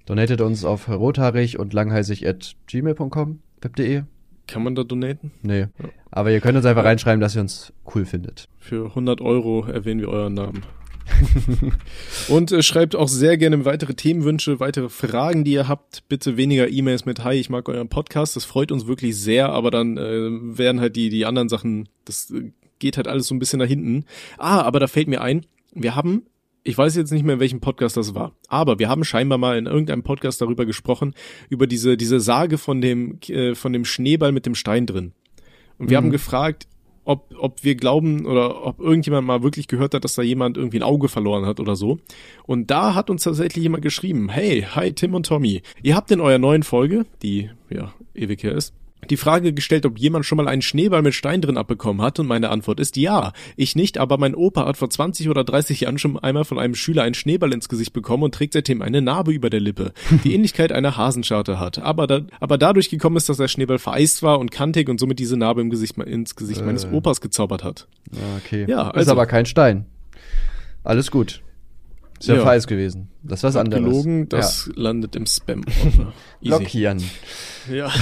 Donatet uns auf rothaarig und langheißig at gmail punkt com, web punkt de. Kann man da donaten? Nee. Ja. Aber ihr könnt uns einfach reinschreiben, dass ihr uns cool findet. Für hundert Euro erwähnen wir euren Namen. Und äh, schreibt auch sehr gerne weitere Themenwünsche, weitere Fragen, die ihr habt. Bitte weniger E-Mails mit Hi, ich mag euren Podcast. Das freut uns wirklich sehr, aber dann äh, werden halt die die anderen Sachen, das äh, geht halt alles so ein bisschen nach hinten. Ah, aber da fällt mir ein, wir haben, ich weiß jetzt nicht mehr, in welchem Podcast das war, aber wir haben scheinbar mal in irgendeinem Podcast darüber gesprochen, über diese diese Sage von dem äh, von dem Schneeball mit dem Stein drin. Und wir mhm. haben gefragt, ob ob wir glauben oder ob irgendjemand mal wirklich gehört hat, dass da jemand irgendwie ein Auge verloren hat oder so. Und da hat uns tatsächlich jemand geschrieben, hey, hi Tim und Tommy, ihr habt in eurer neuen Folge, die ja ewig her ist, die Frage gestellt, ob jemand schon mal einen Schneeball mit Stein drin abbekommen hat, und meine Antwort ist ja. Ich nicht, aber mein Opa hat vor zwanzig oder dreißig Jahren schon einmal von einem Schüler einen Schneeball ins Gesicht bekommen und trägt seitdem eine Narbe über der Lippe, die Ähnlichkeit einer Hasenscharte hat, aber, da, aber dadurch gekommen ist, dass der Schneeball vereist war und kantig und somit diese Narbe im Gesicht, ins Gesicht äh. meines Opas gezaubert hat. Okay, ja, also, ist aber kein Stein. Alles gut. Ist ja, ja. falsch gewesen. Das ist was anderes. Gelogen, das ja. landet im Spam. Blockieren. Ja.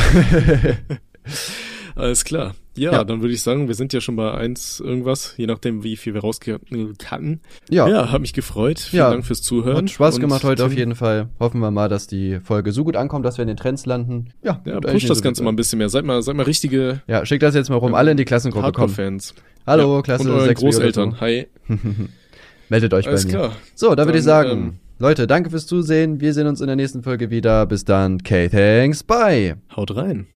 Alles klar. Ja, ja, dann würde ich sagen, wir sind ja schon bei eins irgendwas, je nachdem, wie viel wir rausgehört hatten. Ja. Ja, hat mich gefreut. Vielen ja. Dank fürs Zuhören. Hat Spaß und gemacht heute auf jeden Fall. Hoffen wir mal, dass die Folge so gut ankommt, dass wir in den Trends landen. Ja, ja pusht das so Ganze mal ein bisschen mehr. Seid mal, seid mal richtige... Ja, schickt das jetzt mal rum. Ja, alle in die Klassengruppe kommen. Hardcore-Fans. Hallo, ja. Klasse und euren sechs Großeltern. So. Hi. Meldet euch Alles bei mir. Klar. So, da würde ich sagen, ähm, Leute, danke fürs Zusehen. Wir sehen uns in der nächsten Folge wieder. Bis dann. Okay, thanks. Bye. Haut rein.